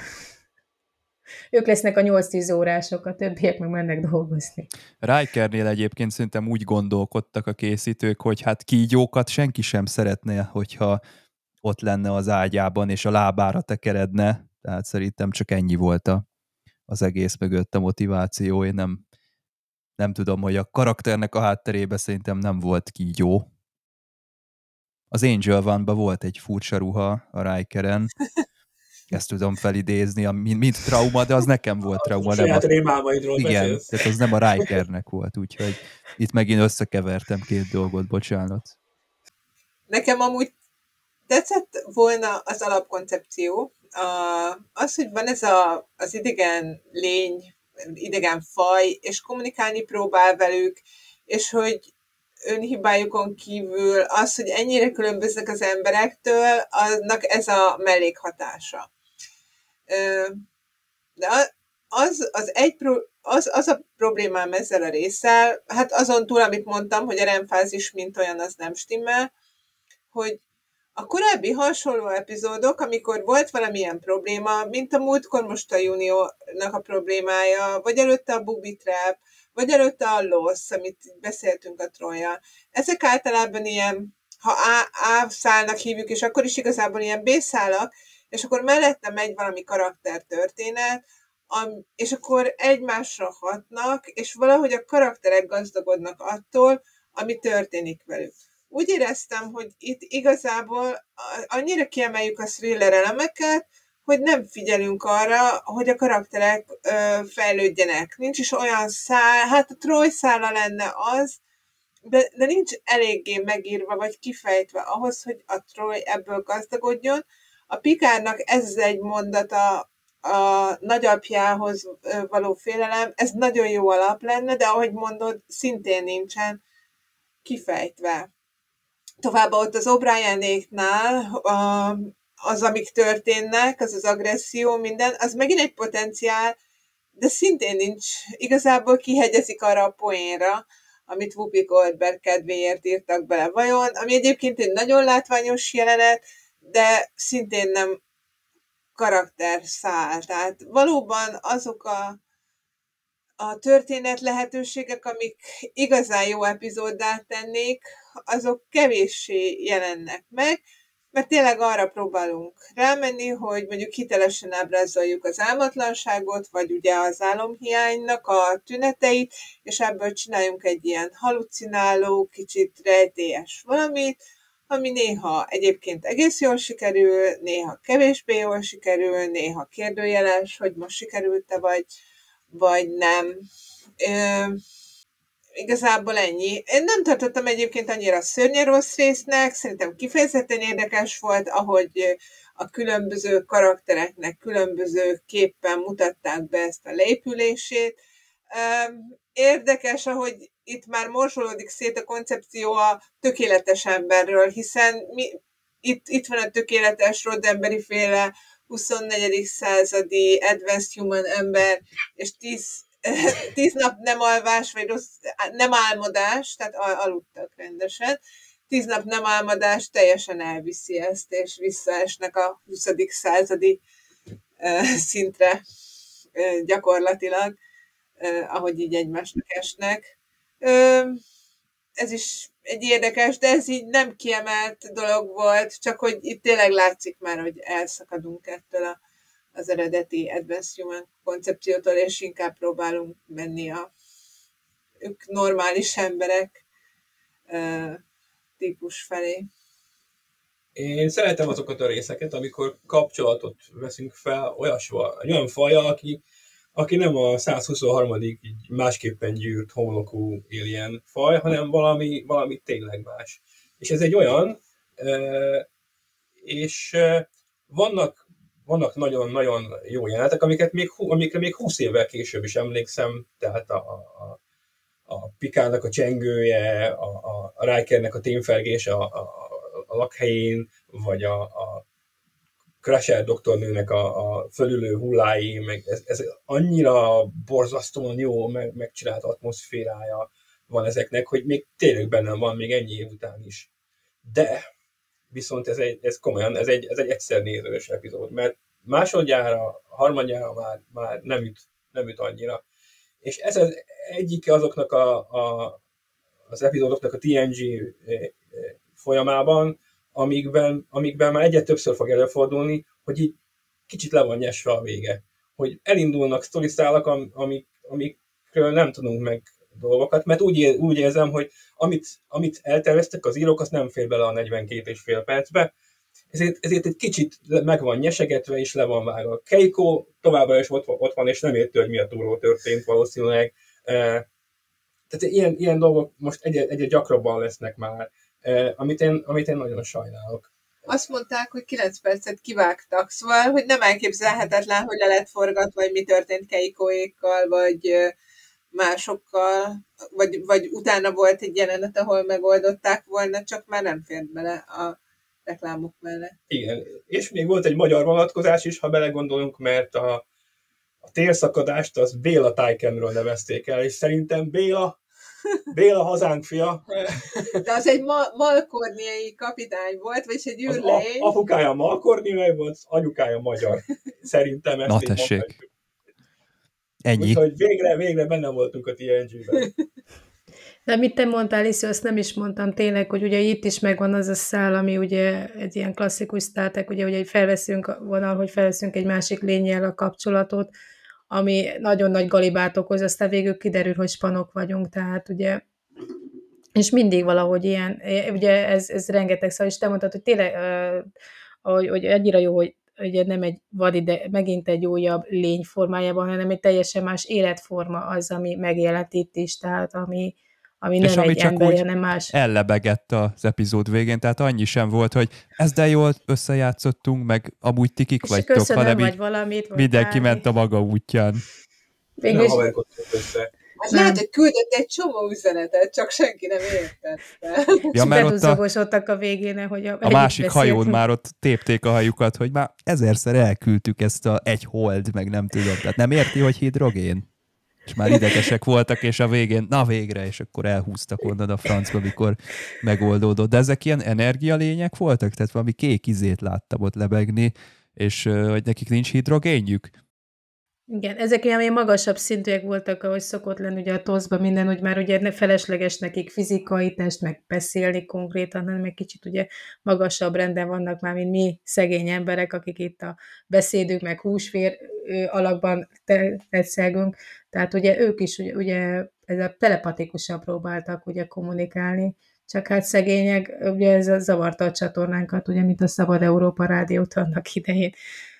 S5: Ők lesznek a 8-10 órások, a többiek meg mennek dolgozni.
S2: Rikernél egyébként szerintem úgy gondolkodtak a készítők, hogy hát kígyókat senki sem szeretne, hogyha ott lenne az ágyában, és a lábára tekeredne. Tehát szerintem csak ennyi volt az egész mögött a motiváció. Én nem tudom, hogy a karakternek a hátterében szerintem nem volt kígyó. Az Angel One-ban volt egy furcsa ruha a Rikeren. Ezt tudom felidézni, mint trauma, de az nekem volt trauma.
S4: Saját rémálmaidról
S2: igen,
S4: beszélsz.
S2: tehát az nem a Rikernek volt, úgyhogy itt megint összekevertem két dolgot, bocsánat.
S3: Nekem amúgy tetszett volna az alapkoncepció, az, hogy van ez az idegen lény, idegen faj, és kommunikálni próbál velük, és hogy önhibájukon kívül az, hogy ennyire különböznek az emberektől, annak ez a mellékhatása. De az a problémám ezzel a résszel, hát azon túl, amit mondtam, hogy a REM-fázis mint olyan, az nem stimmel, hogy a korábbi hasonló epizódok, amikor volt valamilyen probléma, mint a múltkor most a Juniornak a problémája, vagy előtte a Booby Trap, vagy előtte a Loss, amit beszéltünk a Troyjal. Ezek általában ilyen, ha A szálnak hívjuk, és akkor is igazából ilyen B szálak, és akkor mellette megy valami karaktertörténet, és akkor egymásra hatnak, és valahogy a karakterek gazdagodnak attól, ami történik velük. Úgy éreztem, hogy itt igazából annyira kiemeljük a thriller elemeket, hogy nem figyelünk arra, hogy a karakterek fejlődjenek. Nincs is olyan szál, hát a Troy szála lenne az, de nincs eléggé megírva, vagy kifejtve ahhoz, hogy a Troy ebből gazdagodjon. A Picardnak ez egy mondata, a nagyapjához való félelem, ez nagyon jó alap lenne, de ahogy mondod, szintén nincsen kifejtve. Továbbá ott az O'Brienéknál az, amik történnek, az agresszió, minden, az megint egy potenciál, de szintén nincs. Igazából kihegyezik arra a poénra, amit Whoopi Goldberg kedvéért írtak bele vajon, ami egyébként egy nagyon látványos jelenet, de szintén nem karakterszál. Tehát valóban azok a történet lehetőségek, amik igazán jó epizóddá tennék, azok kevéssé jelennek meg, mert tényleg arra próbálunk rámenni, hogy mondjuk hitelesen ábrázoljuk az álmatlanságot, vagy ugye az álomhiánynak a tüneteit, és ebből csináljunk egy ilyen halucináló, kicsit rejtélyes valamit, ami néha egyébként egész jól sikerül, néha kevésbé jól sikerül, néha kérdőjeles, hogy most sikerült-e, vagy nem. Igazából ennyi. Én nem tartottam egyébként annyira szörnyen rossz résznek, szerintem kifejezetten érdekes volt, ahogy a különböző karaktereknek különböző képpen mutatták be ezt a leépülését. Érdekes, ahogy itt már morzsolódik szét a koncepció a tökéletes emberről, hiszen itt van a tökéletes Roddenberry féle 24. századi advanced human ember, és 10 nap nem alvás, vagy nem álmodás, tehát aludtak rendesen. 10 nap nem álmodás teljesen elviszi ezt, és visszaesnek a 20. századi szintre gyakorlatilag, ahogy így egymásnak esnek. Ez is egy érdekes, de ez így nem kiemelt dolog volt, csak hogy itt tényleg látszik már, hogy elszakadunk ettől az eredeti Advanced Human koncepciótól, és inkább próbálunk menni ők normális emberek típus felé.
S4: Én szeretem azokat a részeket, amikor kapcsolatot veszünk fel egy olyan fajjal, aki nem a 123. így másképpen gyűrt homlokú alien faj, hanem valami tényleg más. És ez egy olyan, és vannak nagyon-nagyon jó jelenetek, amikre még 20 évvel később is emlékszem, tehát a Picardnak a csengője, a Rikernek a témfergése a lakhelyén, vagy a Crusher doktornőnek a fölülő hullái, meg ez annyira borzasztóan jó megcsinált atmoszférája van ezeknek, hogy még tényleg bennem van még ennyi év után is. De viszont ez komolyan, ez egy egyszer nézős epizód, mert másodjára, harmadjára már nem üt annyira. És ez az egyike azoknak az epizódoknak a TNG folyamában, amikben már egyre többször fog előfordulni, hogy így kicsit le van nyesve a vége. Hogy elindulnak sztoriszálak, amikről nem tudunk meg dolgokat, mert úgy érzem, hogy amit elterveztek az írók, az nem fér bele a 42,5 percbe, ezért egy kicsit meg van nyesegetve, és le van vágva. Keiko továbbra is ott van, és nem érti, hogy mi a túlról történt valószínűleg. Tehát ilyen dolgok most egyre gyakrabban lesznek már, amit én nagyon sajnálok.
S3: Azt mondták, hogy 9 percet kivágtak, szóval, hogy nem elképzelhetetlen, hogy le lett forgatva, vagy mi történt Keikoékkal, vagy másokkal, vagy utána volt egy jelenet, ahol megoldották volna, csak már nem fért bele a reklámok mellett.
S4: Igen, és még volt egy magyar vonatkozás is, ha belegondolunk, mert a térszakadást az Béla Taikenről nevezték el, és szerintem Béla hazánk fia.
S3: De az egy malkorniai kapitány volt, vagy egy űrlény.
S4: Apukája malkorniai volt, anyukája magyar. Szerintem ezt
S2: na tessék. Ennyi.
S4: Úgyhogy végre benne voltunk a TNG-ben.
S5: De mit te mondtál, Iszi, azt nem is mondtam tényleg, hogy ugye itt is megvan az a szál, ami ugye egy ilyen klasszikus Star Trek, ugye felveszünk vonal, hogy felveszünk egy másik lénnyel a kapcsolatot, ami nagyon nagy galibát okoz, aztán végül kiderül, hogy spanok vagyunk, tehát ugye, és mindig valahogy ilyen, ugye ez rengeteg szó, és te mondtad, hogy tényleg, hogy annyira jó, hogy ugye nem egy vadi, de megint egy újabb lény formájában, hanem egy teljesen más életforma az, ami megjelent itt is, tehát ami nem
S2: ami
S5: egy
S2: csak
S5: ember,
S2: úgy
S5: hanem más.
S2: ellebegett az epizód végén, tehát annyi sem volt, hogy ez de jól összejátszottunk, meg amúgy tikik
S5: És
S2: vagytok,
S5: köszönöm,
S2: hanem
S5: vagy
S2: így
S5: valamit, vagy
S2: mindenki
S5: bármi.
S2: ment a maga útján.
S4: Nem haverkodtunk össze.
S3: Hát lehet, hogy küldött egy csomó üzenetet, csak senki nem értette.
S2: Ja, mert ott
S5: beduzogosodtak a végén, hogy
S2: a másik hajón már ott tépték a hajukat, hogy már ezerszer elküldtük ezt a egy hold, meg nem tudom. Tehát nem érti, hogy hidrogén? És már idegesek voltak, és a végén, na végre, és akkor elhúztak onnan a francba, mikor megoldódott. De ezek ilyen energialények voltak? Tehát valami kék izét láttam ott lebegni, és hogy nekik nincs hidrogénjük?
S5: Igen, ezek ilyen magasabb szintűek voltak, ahogy szokott lenni ugye a TOSZ-ban minden, hogy már ugye felesleges nekik fizikai test, meg beszélni konkrétan, hanem egy kicsit ugye magasabb renden vannak már, mint mi szegény emberek, akik itt a beszédünk, meg húsvér alakban tetszelgünk. Tehát ugye ők is ugye ezzel telepatikusan próbáltak ugye kommunikálni, csak hát szegények, ugye ez zavarta a csatornánkat, ugye, mint a Szabad Európa rádiót annak idején.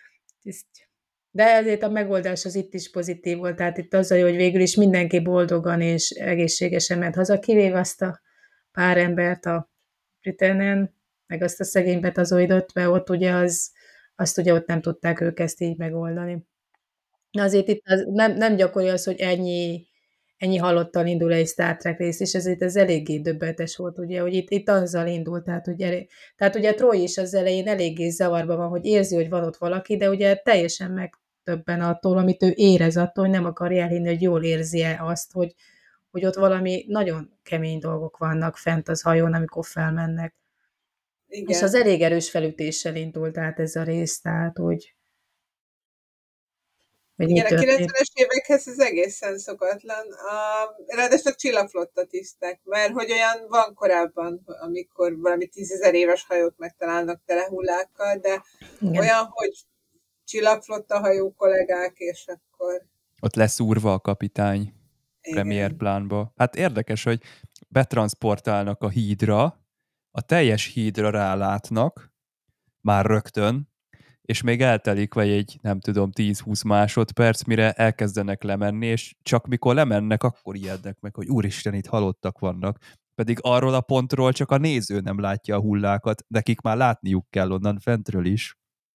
S5: De ezért a megoldás az itt is pozitív volt, tehát itt az a jó, hogy végül is mindenki boldogan és egészségesen ment haza, kivéve azt a pár embert a Britannian, meg azt a szegény betazoidot, mert ott ugye azt ugye ott nem tudták ők ezt így megoldani. Azért itt nem gyakori az, hogy ennyi halottal indul egy Star Trek rész, és ezért ez eléggé döbbenetes volt, ugye, hogy itt azzal indult, tehát ugye Troy is az elején eléggé zavarban van, hogy érzi, hogy van ott valaki, de ugye teljesen megdöbben attól, amit ő érez attól, hogy nem akarja elhinni, hogy jól érzi-e azt, hogy ott valami nagyon kemény dolgok vannak fent az hajón, amikor felmennek. Igen. És az elég erős felütéssel indult át ez a rész, tehát hogy hogy mi
S3: Igen, a
S5: történt.
S3: 90-es évekhez ez egészen szokatlan. Ráadásul csillagflotta tisztek, mert hogy olyan van korábban, amikor valami 10 000 éves hajót megtalálnak tele hullákkal, de
S5: Igen.
S3: olyan, hogy csillagflotta hajó kollégák, és akkor...
S2: Ott leszúrva a kapitány Premiere
S3: Igen.
S2: plánba. Hát érdekes, hogy betransportálnak a hídra, a teljes hídra rálátnak, már rögtön, és még eltelik vagy egy, nem tudom, 10-20 másodperc, mire elkezdenek lemenni, és csak mikor lemennek, akkor ijednek meg, hogy úristen, itt halottak vannak. Pedig arról a pontról csak a néző nem látja a hullákat, nekik már látniuk kell onnan fentről is.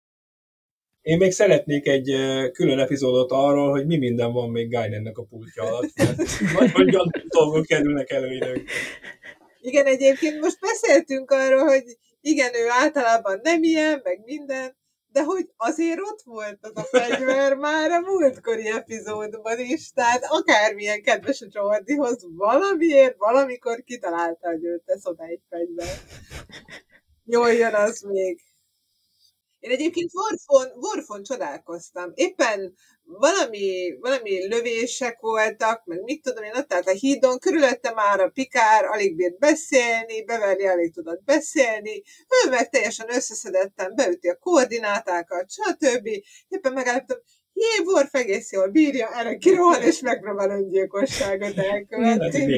S4: Én még szeretnék egy külön epizódot arról, hogy mi minden van még Guinannek a pultja alatt, mert nagyon gyanús dolgok kerülnek elő időnként.
S3: Igen, egyébként most beszéltünk arról, hogy igen, ő általában nem ilyen, meg minden, de hogy azért ott volt az a fegyver már a múltkori epizódban is, tehát akármilyen kedves a Jordihoz valamiért, valamikor kitalálta, hogy ő tesz oda egy fegyver. Jól jön az még. Én egyébként Worfon csodálkoztam. Éppen valami lövések voltak, meg mit tudom én, ott állt a hídon, körülötte már a Picard alig bírt beszélni, Beverly alig tudott beszélni, ő meg teljesen összeszedetten beüti a koordinátákat, stb. Éppen megállapítom, Worf egész jól bírja, erre kirohan, és megpróbál öngyilkosságot elkövetni.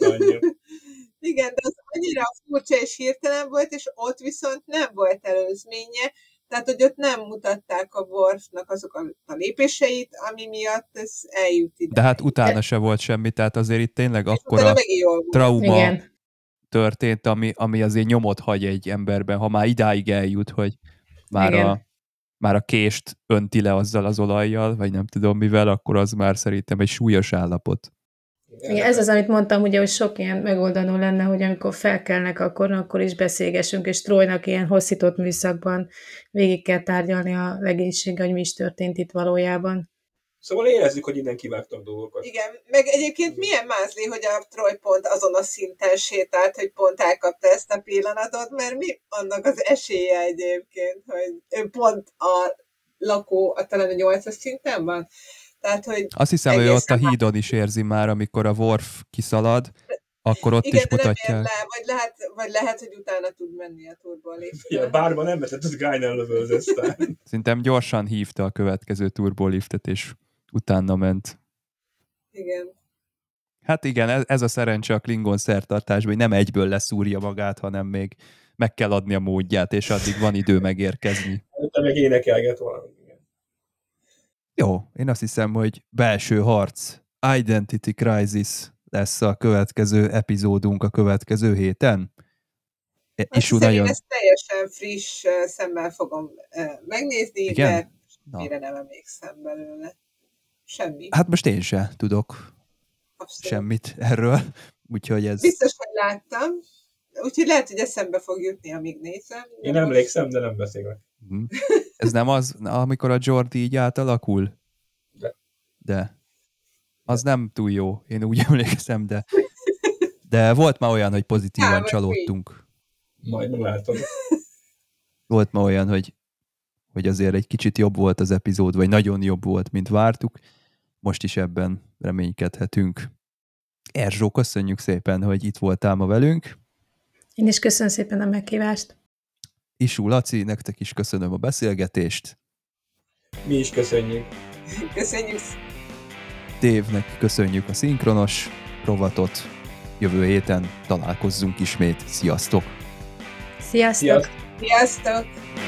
S3: Igen, de az annyira furcsa és hirtelen volt, és ott viszont nem volt előzménye, tehát, hogy ott nem mutatták a Worfnak azokat a lépéseit, ami miatt ez eljut ide.
S2: De hát utána se volt semmi, tehát azért itt tényleg akkora trauma
S5: Igen.
S2: történt, ami azért nyomot hagy egy emberben, ha már idáig eljut, hogy már a kést önti le azzal az olajjal, vagy nem tudom mivel, akkor az már szerintem egy súlyos állapot.
S5: Igen, ez az, amit mondtam, ugye, hogy sok ilyen megoldandó lenne, hogy amikor felkelnek, akkor is beszélgessünk, és Troynak ilyen hosszított műszakban végig kell tárgyalni a legénységgel, hogy mi is történt itt valójában.
S4: Szóval érezzük, hogy innen kivágtak dolgokat.
S3: Igen, meg egyébként milyen mázli, hogy a Troy pont azon a szinten sétált, hogy pont elkapta ezt a pillanatot, mert mi annak az esélye egyébként, hogy ő pont a lakó, talán a 8-as szinten van. Tehát, hogy
S2: azt hiszem, hogy ott a hídon is érzi már, amikor a Worf kiszalad, akkor ott
S3: igen,
S2: is mutatják.
S3: Vagy lehet, hogy utána tud menni a turboliftre.
S4: Ja, bárban nem vetett, az Guinan lövöldözte.
S2: Szerintem gyorsan hívta a következő turboliftet, és utána ment.
S3: Igen.
S2: Hát igen, ez a szerencse a Klingon szertartásban, hogy nem egyből leszúrja magát, hanem még meg kell adni a módját, és addig van idő megérkezni.
S4: Te meg énekelget valamit.
S2: Jó, én azt hiszem, hogy belső harc, Identity Crisis lesz a következő epizódunk a következő héten.
S3: Én ezt teljesen friss szemmel fogom megnézni,
S2: igen?
S3: de mire nem emlékszem belőle. Semmi.
S2: Hát most én se tudok semmit erről, úgyhogy ez...
S3: Biztos, hogy láttam, úgyhogy lehet, hogy eszembe fog jutni, amíg nézem.
S4: Én emlékszem, de nem beszélek.
S2: Ez nem az, amikor a Geordi így átalakul? De. Az nem túl jó, én úgy emlékszem, de volt már olyan, hogy pozitívan csalódtunk.
S4: Majd meglátod.
S2: Volt már olyan, hogy azért egy kicsit jobb volt az epizód, vagy nagyon jobb volt, mint vártuk. Most is ebben reménykedhetünk. Erzsó, köszönjük szépen, hogy itt voltál ma velünk.
S5: Én is köszönöm szépen a meghívást.
S2: Isú, Laci, nektek is köszönöm a beszélgetést.
S4: Mi is köszönjük.
S3: Köszönjük.
S2: Dave-nek köszönjük a szinkronos rovatot. Jövő héten találkozzunk ismét. Sziasztok!
S5: Sziasztok!
S3: Sziasztok!